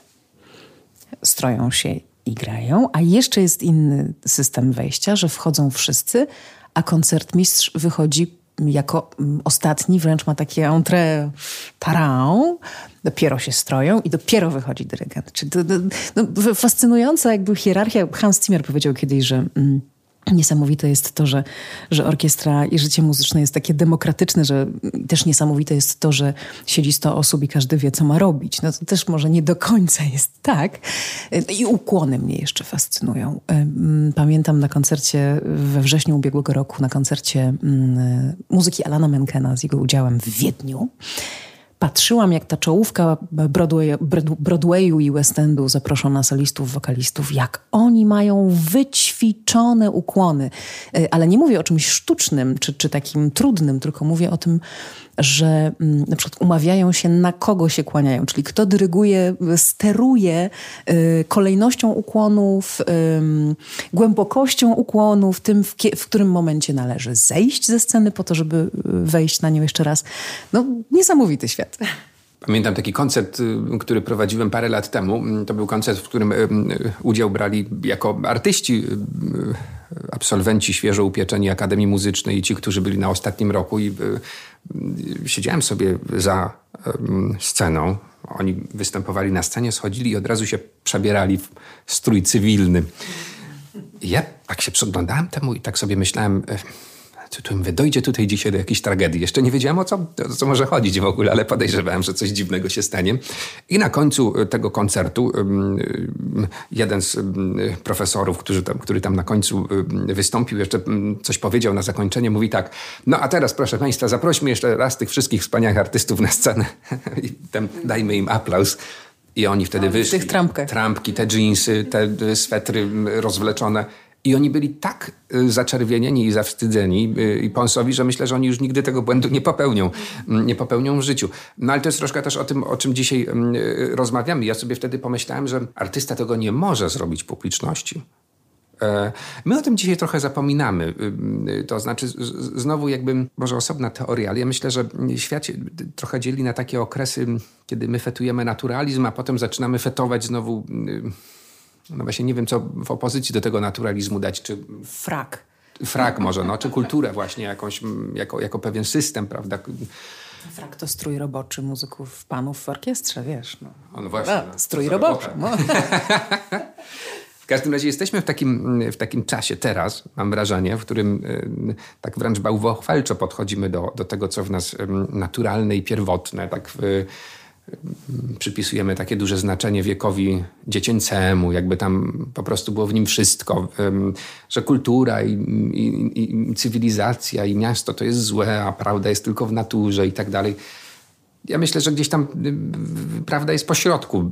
Speaker 1: stroją się i grają, a jeszcze jest inny system wejścia, że wchodzą wszyscy, a koncertmistrz wychodzi jako ostatni, wręcz ma takie entrée parant, dopiero się stroją i dopiero wychodzi dyrygent. Czyli to, to, no, fascynująca jakby hierarchia. Hans Zimmer powiedział kiedyś, że mm, Niesamowite jest to, że, że orkiestra i życie muzyczne jest takie demokratyczne, że też niesamowite jest to, że siedzi sto osób i każdy wie, co ma robić. No to też może nie do końca jest tak. I ukłony mnie jeszcze fascynują. Pamiętam na koncercie we wrześniu ubiegłego roku, na koncercie muzyki Alana Menkena z jego udziałem w Wiedniu. Patrzyłam, jak ta czołówka Broadway, Broadwayu i West Endu zaproszona solistów, wokalistów, jak oni mają wyćwiczone ukłony. Ale nie mówię o czymś sztucznym czy, czy takim trudnym, tylko mówię o tym, że na przykład umawiają się, na kogo się kłaniają, czyli kto dyryguje, steruje y, kolejnością ukłonów, y, głębokością ukłonów, tym, w, w którym momencie należy zejść ze sceny po to, żeby wejść na nią jeszcze raz. No, niesamowity świat.
Speaker 2: Pamiętam taki koncert, który prowadziłem parę lat temu. To był koncert, w którym udział brali jako artyści, absolwenci świeżo upieczeni Akademii Muzycznej i ci, którzy byli na ostatnim roku. I siedziałem sobie za sceną. Oni występowali na scenie, schodzili i od razu się przebierali w strój cywilny. I ja tak się przyglądałem temu i tak sobie myślałem... Tu mówię, dojdzie tutaj dzisiaj do jakiejś tragedii. Jeszcze nie wiedziałem, o co, o co może chodzić w ogóle, ale podejrzewałem, że coś dziwnego się stanie. I na końcu tego koncertu jeden z profesorów, który tam, który tam na końcu wystąpił, jeszcze coś powiedział na zakończenie, mówi tak: no a teraz, proszę państwa, zaprośmy jeszcze raz tych wszystkich wspaniałych artystów na scenę i tam dajmy im aplauz. I oni wtedy
Speaker 1: o,
Speaker 2: wyszli.
Speaker 1: W tych trampkach.
Speaker 2: Trampki, te dżinsy, te swetry rozwleczone. I oni byli tak zaczerwienieni i zawstydzeni i ponsowi, że myślę, że oni już nigdy tego błędu nie popełnią. Nie popełnią w życiu. No ale to jest troszkę też o tym, o czym dzisiaj rozmawiamy. Ja sobie wtedy pomyślałem, że artysta tego nie może zrobić publiczności. My o tym dzisiaj trochę zapominamy. To znaczy znowu jakby, może osobna teoria, ale ja myślę, że świat się trochę dzieli na takie okresy, kiedy my fetujemy naturalizm, a potem zaczynamy fetować znowu... No właśnie nie wiem, co w opozycji do tego naturalizmu dać. Czy
Speaker 1: frak.
Speaker 2: Frak może, no, czy kulturę właśnie jakąś, jako, jako pewien system, prawda?
Speaker 1: Frak to strój roboczy muzyków, panów w orkiestrze, wiesz. No,
Speaker 2: no właśnie.
Speaker 1: A,
Speaker 2: no,
Speaker 1: strój roboczy. No.
Speaker 2: W każdym razie jesteśmy w takim, w takim czasie teraz, mam wrażenie, w którym y, tak wręcz bałwochwalczo podchodzimy do, do tego, co w nas y, naturalne i pierwotne, tak y, przypisujemy takie duże znaczenie wiekowi dziecięcemu, jakby tam po prostu było w nim wszystko, że kultura i, i, i cywilizacja i miasto to jest złe, a prawda jest tylko w naturze i tak dalej. Ja myślę, że gdzieś tam prawda jest pośrodku,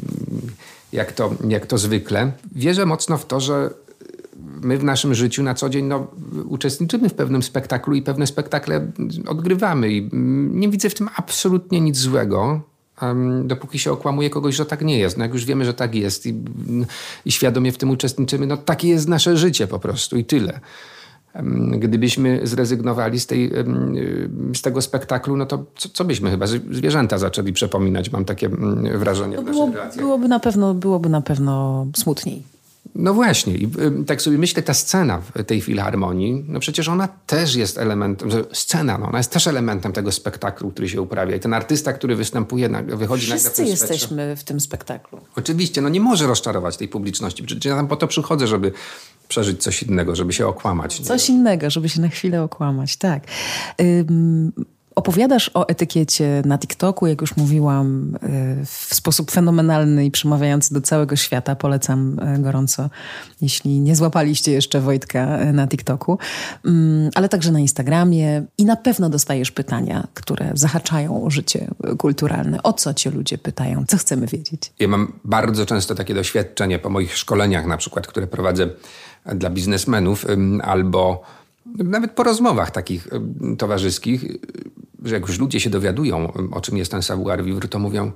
Speaker 2: jak to, jak to zwykle. Wierzę mocno w to, że my w naszym życiu na co dzień no, uczestniczymy w pewnym spektaklu i pewne spektakle odgrywamy. I nie widzę w tym absolutnie nic złego, um, dopóki się okłamuje kogoś, że tak nie jest. No jak już wiemy, że tak jest i, i świadomie w tym uczestniczymy, no takie jest nasze życie po prostu i tyle. Um, gdybyśmy zrezygnowali z, tej, um, z tego spektaklu, no to co, co byśmy chyba zwierzęta zaczęli przypominać, mam takie um, wrażenie
Speaker 1: no
Speaker 2: w
Speaker 1: było,
Speaker 2: naszych relacjach. Byłoby
Speaker 1: na pewno, byłoby na pewno smutniej.
Speaker 2: No właśnie. I tak sobie myślę, ta scena w tej filharmonii, no przecież ona też jest elementem, scena, no ona jest też elementem tego spektaklu, który się uprawia. I ten artysta, który występuje, wychodzi
Speaker 1: Wszyscy
Speaker 2: nagle w tym
Speaker 1: jesteśmy w tym spektaklu.
Speaker 2: Oczywiście, no nie może rozczarować tej publiczności. Przecież ja tam po to przychodzę, żeby przeżyć coś innego, żeby się okłamać.
Speaker 1: Coś nie? innego, żeby się na chwilę okłamać, tak. Ym... Opowiadasz o etykiecie na TikToku, jak już mówiłam, w sposób fenomenalny i przemawiający do całego świata. Polecam gorąco, jeśli nie złapaliście jeszcze Wojtka na TikToku, ale także na Instagramie. I na pewno dostajesz pytania, które zahaczają o życie kulturalne. O co cię ludzie pytają? Co chcemy wiedzieć?
Speaker 2: Ja mam bardzo często takie doświadczenie po moich szkoleniach, na przykład, które prowadzę dla biznesmenów, albo nawet po rozmowach takich towarzyskich, że jak już ludzie się dowiadują, o czym jest ten savoir-vivre, to mówią,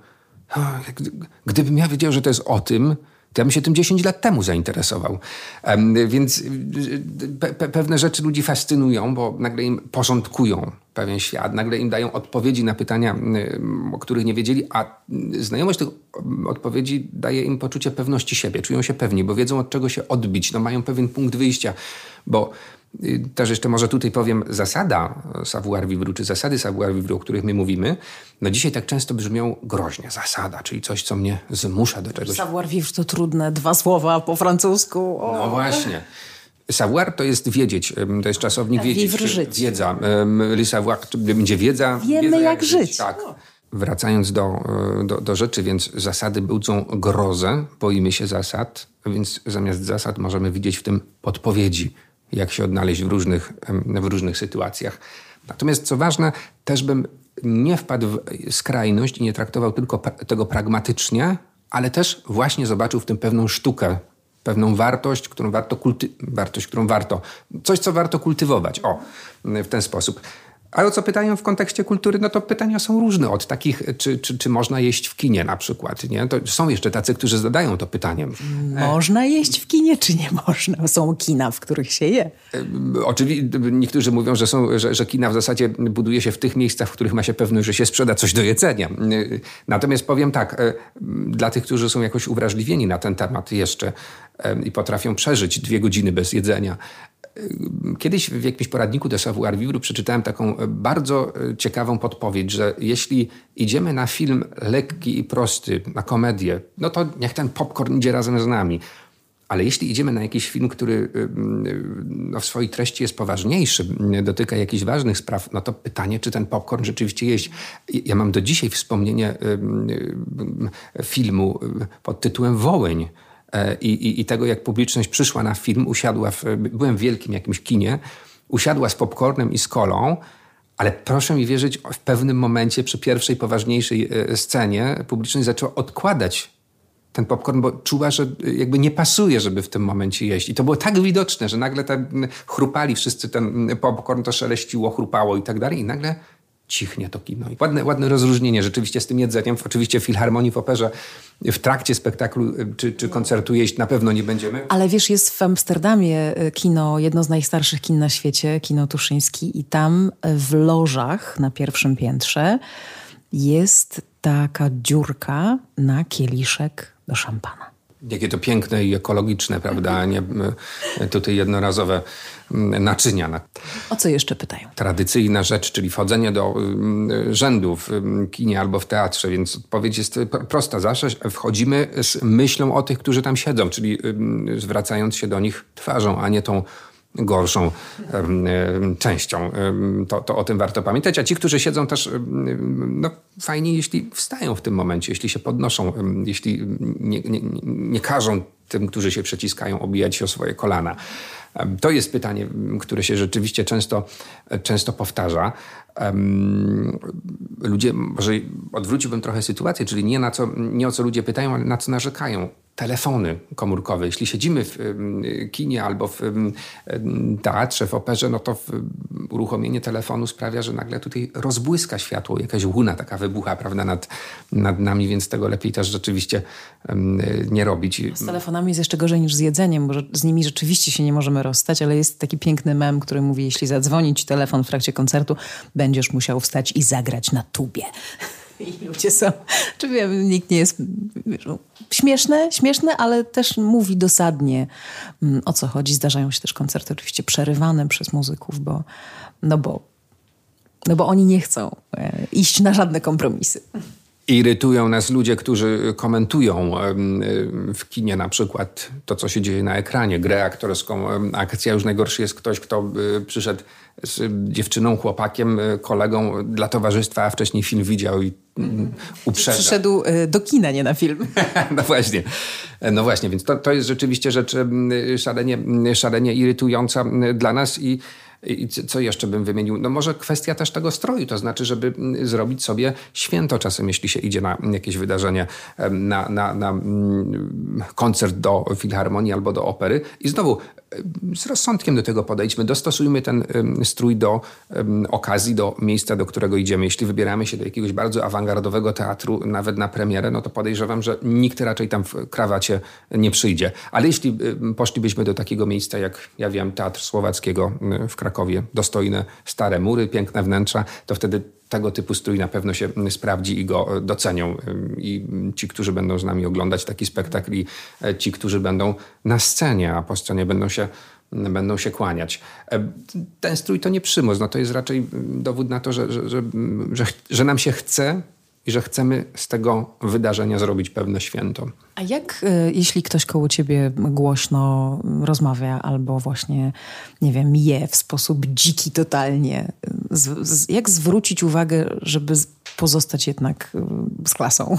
Speaker 2: gdybym ja wiedział, że to jest o tym, to ja bym się tym dziesięć lat temu zainteresował. Um, więc pe- pe- pewne rzeczy ludzi fascynują, bo nagle im porządkują pewien świat, nagle im dają odpowiedzi na pytania, o których nie wiedzieli, a znajomość tych odpowiedzi daje im poczucie pewności siebie. Czują się pewni, bo wiedzą, od czego się odbić. No, mają pewien punkt wyjścia, bo też jeszcze może tutaj powiem, zasada savoir-vivre, czy zasady savoir-vivre, o których my mówimy, no dzisiaj tak często brzmią groźnie. Zasada, czyli coś, co mnie zmusza do czegoś.
Speaker 1: Savoir-vivre to trudne dwa słowa po francusku. O.
Speaker 2: No właśnie. Savoir to jest wiedzieć, to jest czasownik wiedzieć,
Speaker 1: żyć.
Speaker 2: Wiedza. Le savoir, będzie wiedza.
Speaker 1: Wiemy
Speaker 2: wiedza,
Speaker 1: jak, jak żyć. żyć.
Speaker 2: Tak. Wracając do, do, do rzeczy, więc zasady budzą grozę, boimy się zasad, więc zamiast zasad możemy widzieć w tym podpowiedzi, jak się odnaleźć w różnych, w różnych sytuacjach. Natomiast co ważne, też bym nie wpadł w skrajność i nie traktował tylko tego pragmatycznie, ale też właśnie zobaczył w tym pewną sztukę, pewną wartość, którą warto, kulty- wartość, którą warto, coś, co warto kultywować. O, w ten sposób. A o co pytają w kontekście kultury? No to pytania są różne. Od takich, czy, czy, czy można jeść w kinie na przykład, nie? To są jeszcze tacy, którzy zadają to pytanie.
Speaker 1: Można jeść w kinie, czy nie można? Są kina, w których się je.
Speaker 2: Oczywiście niektórzy mówią, że, są, że, że kina w zasadzie buduje się w tych miejscach, w których ma się pewność, że się sprzeda coś do jedzenia. Natomiast powiem tak, dla tych, którzy są jakoś uwrażliwieni na ten temat jeszcze i potrafią przeżyć dwie godziny bez jedzenia. Kiedyś w jakimś poradniku de savoir vivre przeczytałem taką bardzo ciekawą podpowiedź, że jeśli idziemy na film lekki i prosty, na komedię, no to niech ten popcorn idzie razem z nami. Ale jeśli idziemy na jakiś film, który no, w swojej treści jest poważniejszy, dotyka jakichś ważnych spraw, no to pytanie, czy ten popcorn rzeczywiście jeść. Ja mam do dzisiaj wspomnienie filmu pod tytułem Wołyń. I, i, I tego, jak publiczność przyszła na film, usiadła, w, byłem w wielkim jakimś kinie, usiadła z popcornem i z kolą, ale proszę mi wierzyć, w pewnym momencie przy pierwszej poważniejszej scenie publiczność zaczęła odkładać ten popcorn, bo czuła, że jakby nie pasuje, żeby w tym momencie jeść. I to było tak widoczne, że nagle tak chrupali wszyscy ten popcorn, to szeleściło, chrupało i tak dalej i nagle cichnie to kino. I ładne, ładne rozróżnienie rzeczywiście z tym jedzeniem. Oczywiście w Filharmonii, w operze, w trakcie spektaklu czy, czy koncertu jeść na pewno nie będziemy.
Speaker 1: Ale wiesz, jest w Amsterdamie kino, jedno z najstarszych kin na świecie, kino Tuszyński i tam w lożach na pierwszym piętrze jest taka dziurka na kieliszek do szampana.
Speaker 2: Jakie to piękne i ekologiczne, prawda, a nie tutaj jednorazowe naczynia.
Speaker 1: O co jeszcze pytają?
Speaker 2: Tradycyjna rzecz, czyli wchodzenie do rzędu w kinie albo w teatrze, więc odpowiedź jest prosta. Zawsze wchodzimy z myślą o tych, którzy tam siedzą, czyli zwracając się do nich twarzą, a nie tą gorszą um, częścią. Um, to, to o tym warto pamiętać. A ci, którzy siedzą też, um, no fajnie, jeśli wstają w tym momencie, jeśli się podnoszą, um, jeśli nie, nie, nie każą tym, którzy się przeciskają, obijać się o swoje kolana. Um, to jest pytanie, które się rzeczywiście często, często powtarza. Um, ludzie, może odwróciłbym trochę sytuację, czyli nie, na co, nie o co ludzie pytają, ale na co narzekają. Telefony komórkowe. Jeśli siedzimy w kinie albo w teatrze, w operze, no to uruchomienie telefonu sprawia, że nagle tutaj rozbłyska światło, jakaś łuna taka wybucha, prawda, nad, nad nami, więc tego lepiej też rzeczywiście nie robić.
Speaker 1: Z telefonami jest jeszcze gorzej niż z jedzeniem, bo z nimi rzeczywiście się nie możemy rozstać, ale jest taki piękny mem, który mówi, jeśli zadzwoni ci telefon w trakcie koncertu, będziesz musiał wstać i zagrać na tubie. I ludzie są, czy wiem, nikt nie jest wiesz, śmieszne, śmieszne, ale też mówi dosadnie, o co chodzi. Zdarzają się też koncerty oczywiście przerywane przez muzyków, bo, no bo, no bo oni nie chcą e, iść na żadne kompromisy.
Speaker 2: Irytują nas ludzie, którzy komentują w kinie na przykład to, co się dzieje na ekranie, grę aktorską, akcja. Już najgorszy jest ktoś, kto przyszedł z dziewczyną, chłopakiem, kolegą dla towarzystwa, a wcześniej film widział i uprzedza.
Speaker 1: Przyszedł do kina, nie na film.
Speaker 2: No właśnie. No właśnie, więc to, to jest rzeczywiście rzecz szalenie, szalenie irytująca dla nas i I co jeszcze bym wymienił? No może kwestia też tego stroju, to znaczy, żeby zrobić sobie święto czasem, jeśli się idzie na jakieś wydarzenie, na, na, na koncert do filharmonii albo do opery. I znowu z rozsądkiem do tego podejdźmy, dostosujmy ten strój do okazji, do miejsca, do którego idziemy. Jeśli wybieramy się do jakiegoś bardzo awangardowego teatru, nawet na premierę, no to podejrzewam, że nikt raczej tam w krawacie nie przyjdzie. Ale jeśli poszlibyśmy do takiego miejsca, jak ja wiem, Teatr Słowackiego w Krakowie, dostojne stare mury, piękne wnętrza, to wtedy tego typu strój na pewno się sprawdzi i go docenią. I ci, którzy będą z nami oglądać taki spektakl i ci, którzy będą na scenie, a po scenie będą się, będą się kłaniać. Ten strój to nie przymus, no to jest raczej dowód na to, że, że, że, że, że nam się chce i że chcemy z tego wydarzenia zrobić pewne święto.
Speaker 1: A jak, jeśli ktoś koło ciebie głośno rozmawia albo właśnie, nie wiem, je w sposób dziki totalnie, z, z, jak zwrócić uwagę, żeby pozostać jednak z klasą?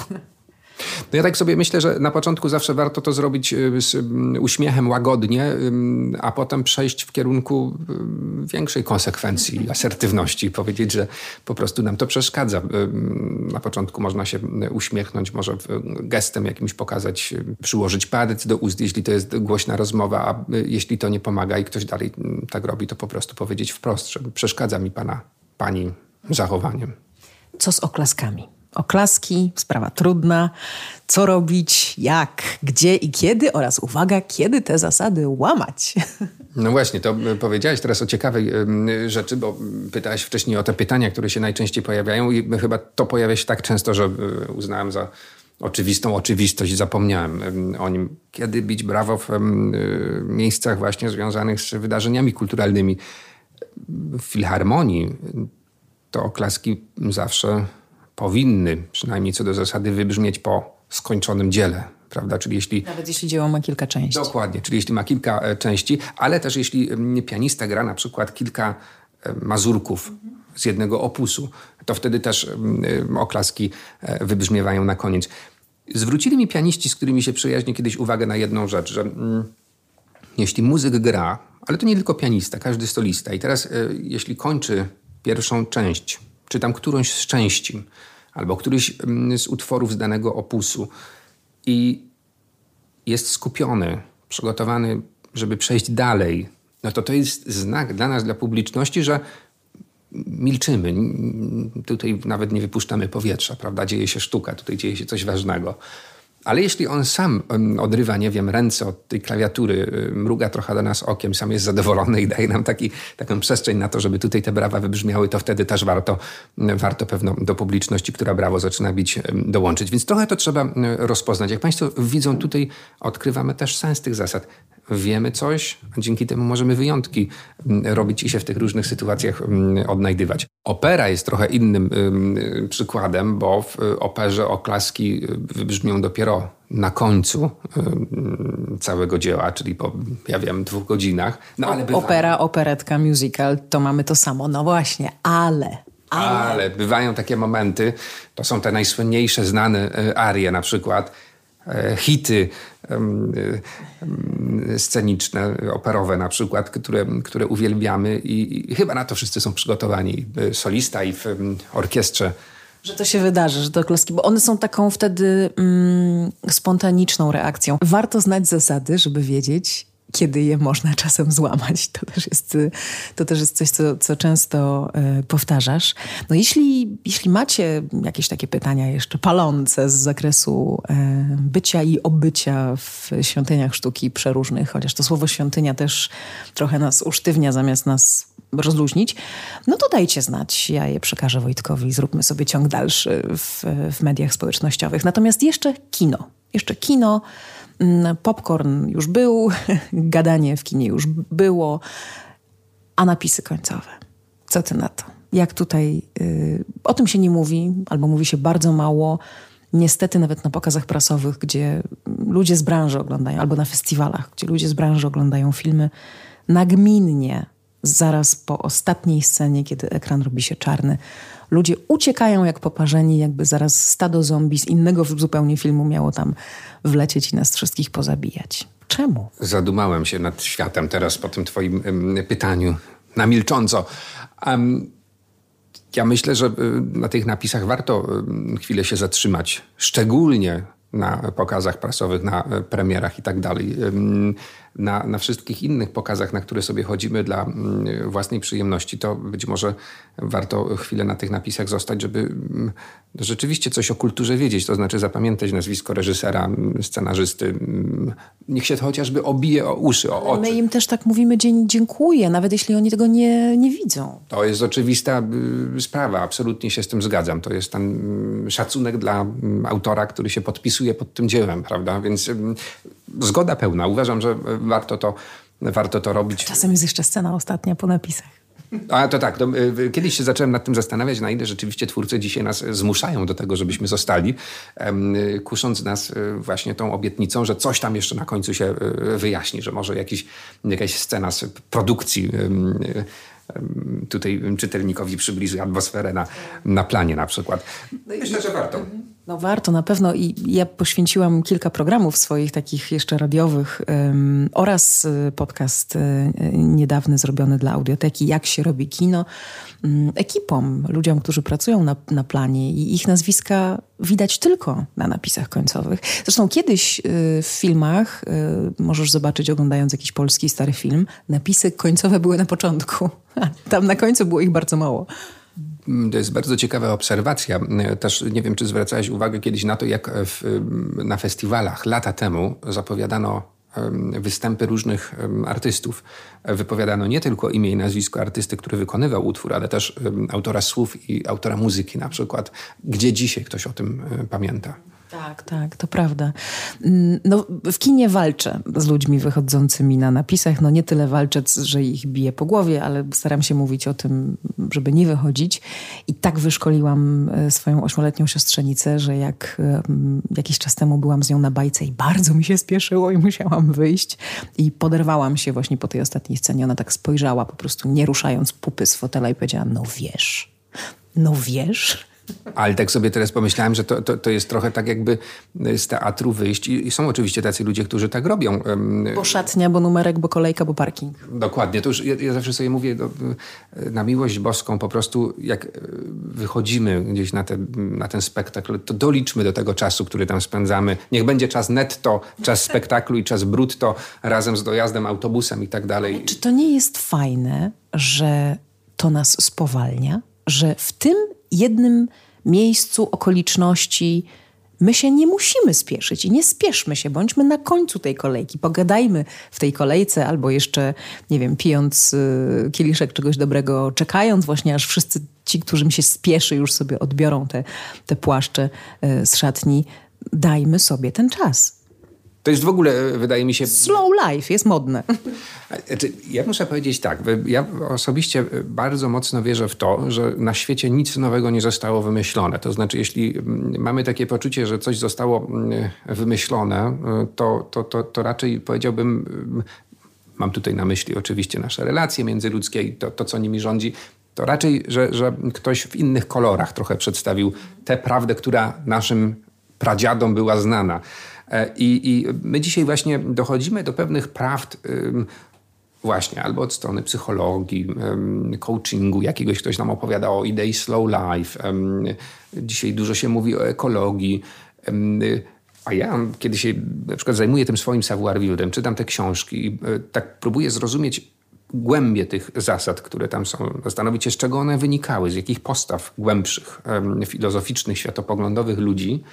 Speaker 2: No ja tak sobie myślę, że na początku zawsze warto to zrobić z uśmiechem łagodnie, a potem przejść w kierunku większej konsekwencji, asertywności. Powiedzieć, że po prostu nam to przeszkadza. Na początku można się uśmiechnąć, może gestem jakimś pokazać, przyłożyć palec do ust, jeśli to jest głośna rozmowa, a jeśli to nie pomaga i ktoś dalej tak robi, to po prostu powiedzieć wprost, że przeszkadza mi pana, pani zachowaniem.
Speaker 1: Co z oklaskami? Oklaski, sprawa trudna. Co robić, jak, gdzie i kiedy oraz uwaga, kiedy te zasady łamać.
Speaker 2: No właśnie, to powiedziałeś teraz o ciekawej rzeczy, bo pytałeś wcześniej o te pytania, które się najczęściej pojawiają i chyba to pojawia się tak często, że uznałem za oczywistą oczywistość i zapomniałem o nim. Kiedy bić brawo w miejscach właśnie związanych z wydarzeniami kulturalnymi. W filharmonii to oklaski zawsze powinny, przynajmniej co do zasady, wybrzmieć po skończonym dziele, prawda? Czyli jeśli...
Speaker 1: Nawet jeśli dzieło ma kilka części.
Speaker 2: Dokładnie, czyli jeśli ma kilka e, części, ale też jeśli pianista gra na przykład kilka e, mazurków mhm. z jednego opusu, to wtedy też e, oklaski e, wybrzmiewają na koniec. Zwrócili mi pianiści, z którymi się przyjaźnię, kiedyś uwagę na jedną rzecz, że mm, jeśli muzyk gra, ale to nie tylko pianista, każdy solista i teraz e, jeśli kończy pierwszą część, czy tam którąś z części, albo któryś z utworów z danego opusu i jest skupiony, przygotowany, żeby przejść dalej, no to to jest znak dla nas, dla publiczności, że milczymy. Tutaj nawet nie wypuszczamy powietrza, prawda? Dzieje się sztuka, tutaj dzieje się coś ważnego. Ale jeśli on sam odrywa, nie wiem, ręce od tej klawiatury, mruga trochę do nas okiem, sam jest zadowolony i daje nam taki, taką przestrzeń na to, żeby tutaj te brawa wybrzmiały, to wtedy też warto, warto pewno do publiczności, która brawo zaczyna bić, dołączyć. Więc trochę to trzeba rozpoznać. Jak Państwo widzą, tutaj odkrywamy też sens tych zasad. Wiemy coś, a dzięki temu możemy wyjątki robić i się w tych różnych sytuacjach odnajdywać. Opera jest trochę innym y, przykładem, bo w operze oklaski wybrzmią dopiero na końcu y, całego dzieła, czyli po, ja wiem, dwóch godzinach. No, ale bywają... Opera,
Speaker 1: operetka, musical, to mamy to samo. No właśnie, ale...
Speaker 2: Ale. ale bywają takie momenty, to są te najsłynniejsze znane arie na przykład, hity um, um, sceniczne, operowe na przykład, które, które uwielbiamy i, i chyba na to wszyscy są przygotowani. Solista i w um, orkiestrze.
Speaker 1: Że to się wydarzy, że to oklaski, bo one są taką wtedy mm, spontaniczną reakcją. Warto znać zasady, żeby wiedzieć, kiedy je można czasem złamać. To też jest, to też jest coś, co, co często y, powtarzasz. No jeśli, jeśli macie jakieś takie pytania jeszcze palące z zakresu y, bycia i obycia w świątyniach sztuki przeróżnych, chociaż to słowo świątynia też trochę nas usztywnia zamiast nas rozluźnić, no to dajcie znać. Ja je przekażę Wojtkowi i zróbmy sobie ciąg dalszy w, w mediach społecznościowych. Natomiast jeszcze kino. Jeszcze kino. Popcorn już był, gadanie w kinie już było, a napisy końcowe. Co ty na to? Jak tutaj y, o tym się nie mówi, albo mówi się bardzo mało. Niestety nawet na pokazach prasowych, gdzie ludzie z branży oglądają, albo na festiwalach, gdzie ludzie z branży oglądają filmy, nagminnie, zaraz po ostatniej scenie, kiedy ekran robi się czarny, ludzie uciekają jak poparzeni, jakby zaraz stado zombie z innego zupełnie filmu miało tam wlecieć i nas wszystkich pozabijać. Czemu?
Speaker 2: Zadumałem się nad światem teraz po tym twoim um, pytaniu. Na milcząco. Um, ja myślę, że na tych napisach warto um, chwilę się zatrzymać. Szczególnie na pokazach prasowych, na premierach i tak dalej. Na, na wszystkich innych pokazach, na które sobie chodzimy dla własnej przyjemności, to być może warto chwilę na tych napisach zostać, żeby rzeczywiście coś o kulturze wiedzieć, to znaczy zapamiętać nazwisko reżysera, scenarzysty. Niech się to chociażby obije o uszy, o oczy.
Speaker 1: My im też tak mówimy dzień dziękuję, nawet jeśli oni tego nie, nie widzą.
Speaker 2: To jest oczywista sprawa, absolutnie się z tym zgadzam. To jest ten szacunek dla autora, który się podpisuje pod tym dziełem, prawda? Więc zgoda pełna. Uważam, że warto to, warto to robić.
Speaker 1: Czasem jest jeszcze scena ostatnia po napisach.
Speaker 2: A to tak, to, y, kiedyś się zacząłem nad tym zastanawiać, na ile rzeczywiście twórcy dzisiaj nas zmuszają do tego, żebyśmy zostali, y, kusząc nas y, właśnie tą obietnicą, że coś tam jeszcze na końcu się y, wyjaśni, że może jakiś, jakaś scena z produkcji y, y, tutaj czytelnikowi przybliży atmosferę na, na planie na przykład. No i myślę, że warto.
Speaker 1: No warto na pewno i ja poświęciłam kilka programów swoich takich jeszcze radiowych um, oraz podcast um, niedawny zrobiony dla Audioteki Jak się robi kino um, ekipom, ludziom, którzy pracują na, na planie i ich nazwiska widać tylko na napisach końcowych. Zresztą kiedyś y, w filmach y, możesz zobaczyć, oglądając jakiś polski stary film, napisy końcowe były na początku, a tam na końcu było ich bardzo mało.
Speaker 2: To jest bardzo ciekawa obserwacja. Też nie wiem, czy zwracałeś uwagę kiedyś na to, jak w, na festiwalach lata temu zapowiadano występy różnych artystów. Wypowiadano nie tylko imię i nazwisko artysty, który wykonywał utwór, ale też autora słów i autora muzyki na przykład. Gdzie dzisiaj ktoś o tym pamięta?
Speaker 1: Tak, tak, to prawda. No, w kinie walczę z ludźmi wychodzącymi na napisach. No nie tyle walczę, że ich biję po głowie, ale staram się mówić o tym, żeby nie wychodzić. I tak wyszkoliłam swoją ośmioletnią siostrzenicę, że jak jakiś czas temu byłam z nią na bajce i bardzo mi się spieszyło i musiałam wyjść. I poderwałam się właśnie po tej ostatniej scenie. Ona tak spojrzała, po prostu nie ruszając pupy z fotela i powiedziała, no wiesz, no wiesz...
Speaker 2: Ale tak sobie teraz pomyślałem, że to, to, to jest trochę tak jakby z teatru wyjść i, i są oczywiście tacy ludzie, którzy tak robią.
Speaker 1: Bo szatnia, bo numerek, bo kolejka, bo parking.
Speaker 2: Dokładnie. To już ja, ja zawsze sobie mówię no, na miłość boską po prostu jak wychodzimy gdzieś na, te, na ten spektakl, to doliczmy do tego czasu, który tam spędzamy. Niech będzie czas netto, czas spektaklu i czas brutto razem z dojazdem autobusem i tak dalej.
Speaker 1: Czy to nie jest fajne, że to nas spowalnia? Że w tym jednym miejscu, okoliczności my się nie musimy spieszyć i nie spieszmy się, bądźmy na końcu tej kolejki, pogadajmy w tej kolejce albo jeszcze, nie wiem, pijąc y, kieliszek czegoś dobrego, czekając właśnie aż wszyscy ci, którym się spieszy, już sobie odbiorą te, te płaszcze y, z szatni. Dajmy sobie ten czas.
Speaker 2: To jest w ogóle, wydaje mi się...
Speaker 1: Slow life jest modne.
Speaker 2: Ja muszę powiedzieć tak, ja osobiście bardzo mocno wierzę w to, że na świecie nic nowego nie zostało wymyślone. To znaczy, jeśli mamy takie poczucie, że coś zostało wymyślone, to, to, to, to raczej powiedziałbym, mam tutaj na myśli oczywiście nasze relacje międzyludzkie i to, to co nimi rządzi, to raczej, że, że ktoś w innych kolorach trochę przedstawił tę prawdę, która naszym pradziadom była znana. I, I my dzisiaj właśnie dochodzimy do pewnych prawd ym, właśnie albo od strony psychologii, ym, coachingu, jakiegoś ktoś nam opowiada o idei slow life. Ym, dzisiaj dużo się mówi o ekologii. Ym, a ja, kiedy się na przykład zajmuję tym swoim savoir-vivre, czytam te książki i y, tak próbuję zrozumieć głębię tych zasad, które tam są. Zastanowić się, z czego one wynikały, z jakich postaw głębszych, ym, filozoficznych, światopoglądowych ludzi.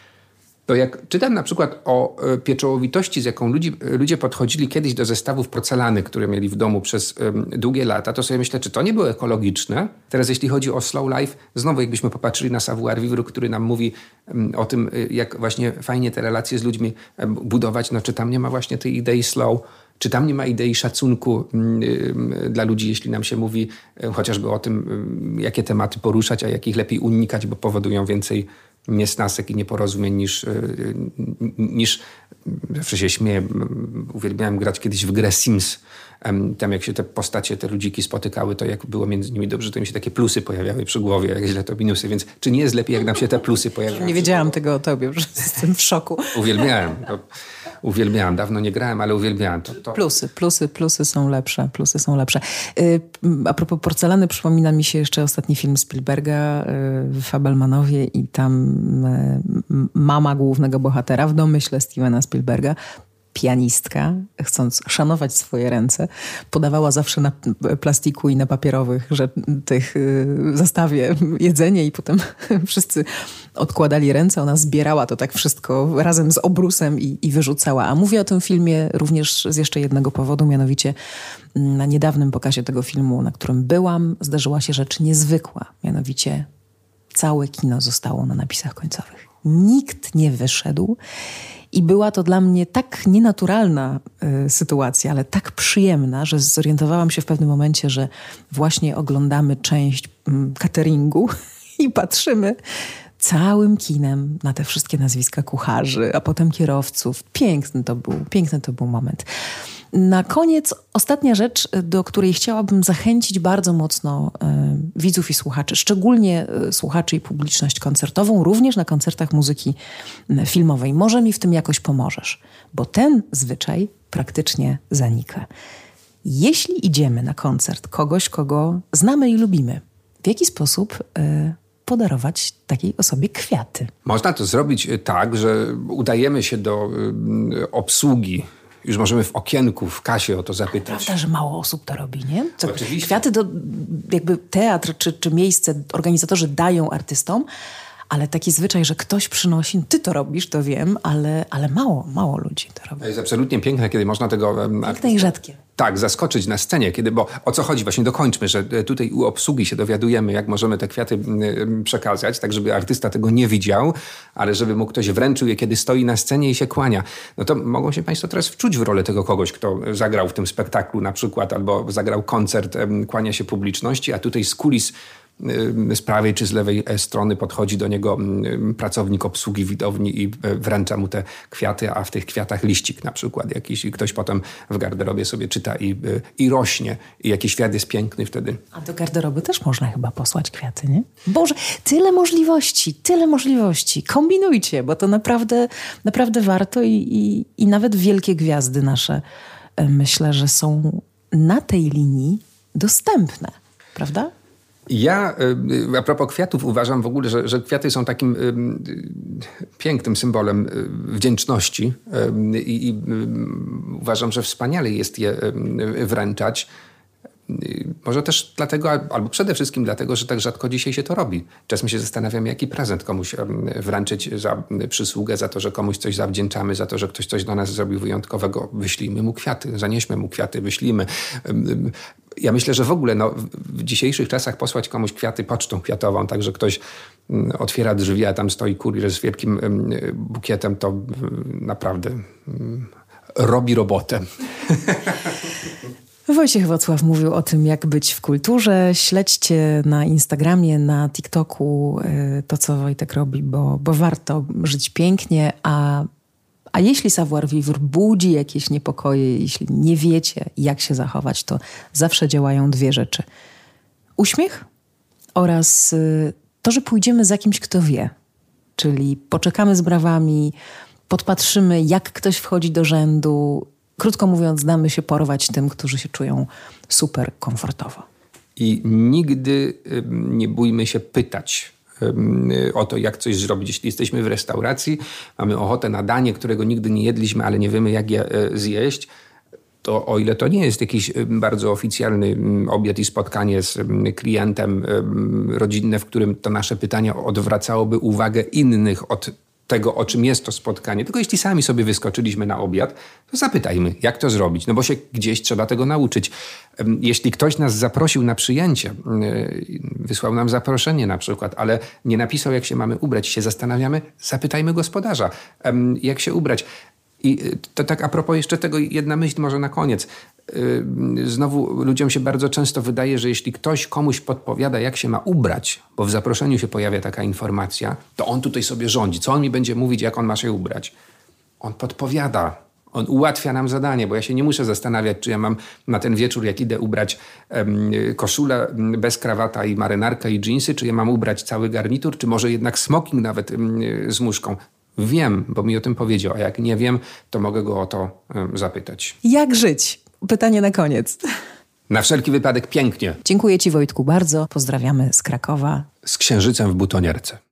Speaker 2: To jak czytam na przykład o pieczołowitości, z jaką ludzi, ludzie podchodzili kiedyś do zestawów porcelany, które mieli w domu przez um, długie lata, to sobie myślę, czy to nie było ekologiczne? Teraz jeśli chodzi o slow life, znowu jakbyśmy popatrzyli na savoir-vivre, który nam mówi um, o tym, jak właśnie fajnie te relacje z ludźmi um, budować, no czy tam nie ma właśnie tej idei slow, czy tam nie ma idei szacunku um, dla ludzi, jeśli nam się mówi um, chociażby o tym, um, jakie tematy poruszać, a jakich lepiej unikać, bo powodują więcej niesnasek i nieporozumień niż, niż zawsze się śmieję, uwielbiałem grać kiedyś w grę Sims. Tam jak się te postacie, te ludziki spotykały, to jak było między nimi dobrze, to im się takie plusy pojawiały przy głowie, jak źle to minusy, więc czy nie jest lepiej, jak nam się te plusy pojawiają?
Speaker 1: Nie wiedziałam tego o tobie, że jestem w szoku.
Speaker 2: Uwielbiałem. To, uwielbiałem. Dawno nie grałem, ale uwielbiałem. To, to...
Speaker 1: Plusy, plusy, plusy są lepsze. Plusy są lepsze. Yy, a propos porcelany, przypomina mi się jeszcze ostatni film Spielberga, yy, Fabelmanowie i tam yy, mama głównego bohatera, w domyśle Stevena Spielberga, pianistka, chcąc szanować swoje ręce, podawała zawsze na plastiku i na papierowych, że tych y, zestawie jedzenie i potem wszyscy odkładali ręce. Ona zbierała to tak wszystko razem z obrusem i, i wyrzucała. A mówię o tym filmie również z jeszcze jednego powodu, mianowicie na niedawnym pokazie tego filmu, na którym byłam, zdarzyła się rzecz niezwykła. Mianowicie całe kino zostało na napisach końcowych. Nikt nie wyszedł i była to dla mnie tak nienaturalna y, sytuacja, ale tak przyjemna, że zorientowałam się w pewnym momencie, że właśnie oglądamy część y, cateringu i patrzymy całym kinem na te wszystkie nazwiska kucharzy, a potem kierowców. Piękny to był, piękny to był moment. Na koniec ostatnia rzecz, do której chciałabym zachęcić bardzo mocno e, widzów i słuchaczy, szczególnie e, słuchaczy i publiczność koncertową, również na koncertach muzyki filmowej. Może mi w tym jakoś pomożesz, bo ten zwyczaj praktycznie zanika. Jeśli idziemy na koncert kogoś, kogo znamy i lubimy, w jaki sposób e, podarować takiej osobie kwiaty?
Speaker 2: Można to zrobić tak, że udajemy się do y, obsługi. Już możemy w okienku, w kasie o to zapytać.
Speaker 1: Prawda, że mało osób to robi, nie? To
Speaker 2: Oczywiście.
Speaker 1: Kwiaty to jakby teatr czy, czy miejsce organizatorzy dają artystom, ale taki zwyczaj, że ktoś przynosi, ty to robisz, to wiem, ale, ale mało, mało ludzi to robi.
Speaker 2: To jest absolutnie piękne, kiedy można tego...
Speaker 1: Piękne i rzadkie.
Speaker 2: Tak, zaskoczyć na scenie, kiedy, bo o co chodzi? Właśnie dokończmy, że tutaj u obsługi się dowiadujemy, jak możemy te kwiaty przekazać, tak żeby artysta tego nie widział, ale żeby mu ktoś wręczył je, kiedy stoi na scenie i się kłania. No to mogą się państwo teraz wczuć w rolę tego kogoś, kto zagrał w tym spektaklu na przykład, albo zagrał koncert, kłania się publiczności, a tutaj z kulis z prawej czy z lewej strony podchodzi do niego pracownik obsługi widowni i wręcza mu te kwiaty, a w tych kwiatach liścik na przykład jakiś i ktoś potem w garderobie sobie czyta i, i rośnie i jaki świat jest piękny wtedy.
Speaker 1: A do garderoby też można chyba posłać kwiaty, nie? Boże, tyle możliwości, tyle możliwości. Kombinujcie, bo to naprawdę, naprawdę warto i, i, i nawet wielkie gwiazdy nasze myślę, że są na tej linii dostępne, prawda?
Speaker 2: Ja a propos kwiatów uważam w ogóle, że, że kwiaty są takim y, pięknym symbolem wdzięczności y, i y, uważam, że wspaniale jest je y, wręczać. Może też dlatego, albo przede wszystkim dlatego, że tak rzadko dzisiaj się to robi. Czasem się zastanawiam, jaki prezent komuś wręczyć za przysługę, za to, że komuś coś zawdzięczamy, za to, że ktoś coś do nas zrobił wyjątkowego. Wyślijmy mu kwiaty, zanieśmy mu kwiaty, wyślijmy. Ja myślę, że w ogóle no, w dzisiejszych czasach posłać komuś kwiaty pocztą kwiatową, tak, że ktoś otwiera drzwi, a tam stoi kurier z wielkim bukietem, to naprawdę robi robotę.
Speaker 1: Wojciech Wocław mówił o tym, jak być w kulturze. Śledźcie na Instagramie, na TikToku to, co Wojtek robi, bo, bo warto żyć pięknie, a, a jeśli savoir-vivre budzi jakieś niepokoje, jeśli nie wiecie, jak się zachować, to zawsze działają dwie rzeczy. Uśmiech oraz to, że pójdziemy za kimś, kto wie. Czyli poczekamy z brawami, podpatrzymy, jak ktoś wchodzi do rzędu. Krótko mówiąc, damy się porwać tym, którzy się czują super komfortowo.
Speaker 2: I nigdy nie bójmy się pytać o to, jak coś zrobić. Jeśli jesteśmy w restauracji, mamy ochotę na danie, którego nigdy nie jedliśmy, ale nie wiemy, jak je zjeść, to o ile to nie jest jakiś bardzo oficjalny obiad i spotkanie z klientem rodzinne, w którym to nasze pytanie odwracałoby uwagę innych od tego, o czym jest to spotkanie. Tylko jeśli sami sobie wyskoczyliśmy na obiad, to zapytajmy, jak to zrobić. No bo się gdzieś trzeba tego nauczyć. Jeśli ktoś nas zaprosił na przyjęcie, wysłał nam zaproszenie na przykład, ale nie napisał, jak się mamy ubrać, się zastanawiamy, zapytajmy gospodarza, jak się ubrać. I to tak a propos jeszcze tego, jedna myśl może na koniec. Znowu ludziom się bardzo często wydaje, że jeśli ktoś komuś podpowiada, jak się ma ubrać, bo w zaproszeniu się pojawia taka informacja, to on tutaj sobie rządzi. Co on mi będzie mówić, jak on ma się ubrać? On podpowiada. On ułatwia nam zadanie, bo ja się nie muszę zastanawiać, czy ja mam na ten wieczór, jak idę, ubrać um, koszulę bez krawata i marynarkę i dżinsy, czy ja mam ubrać cały garnitur, czy może jednak smoking nawet um, z muszką. Wiem, bo mi o tym powiedział, a jak nie wiem, to mogę go o to um, zapytać.
Speaker 1: Jak żyć? Pytanie na koniec.
Speaker 2: Na wszelki wypadek pięknie.
Speaker 1: Dziękuję ci, Wojtku, bardzo. Pozdrawiamy z Krakowa.
Speaker 2: Z księżycem w butonierce.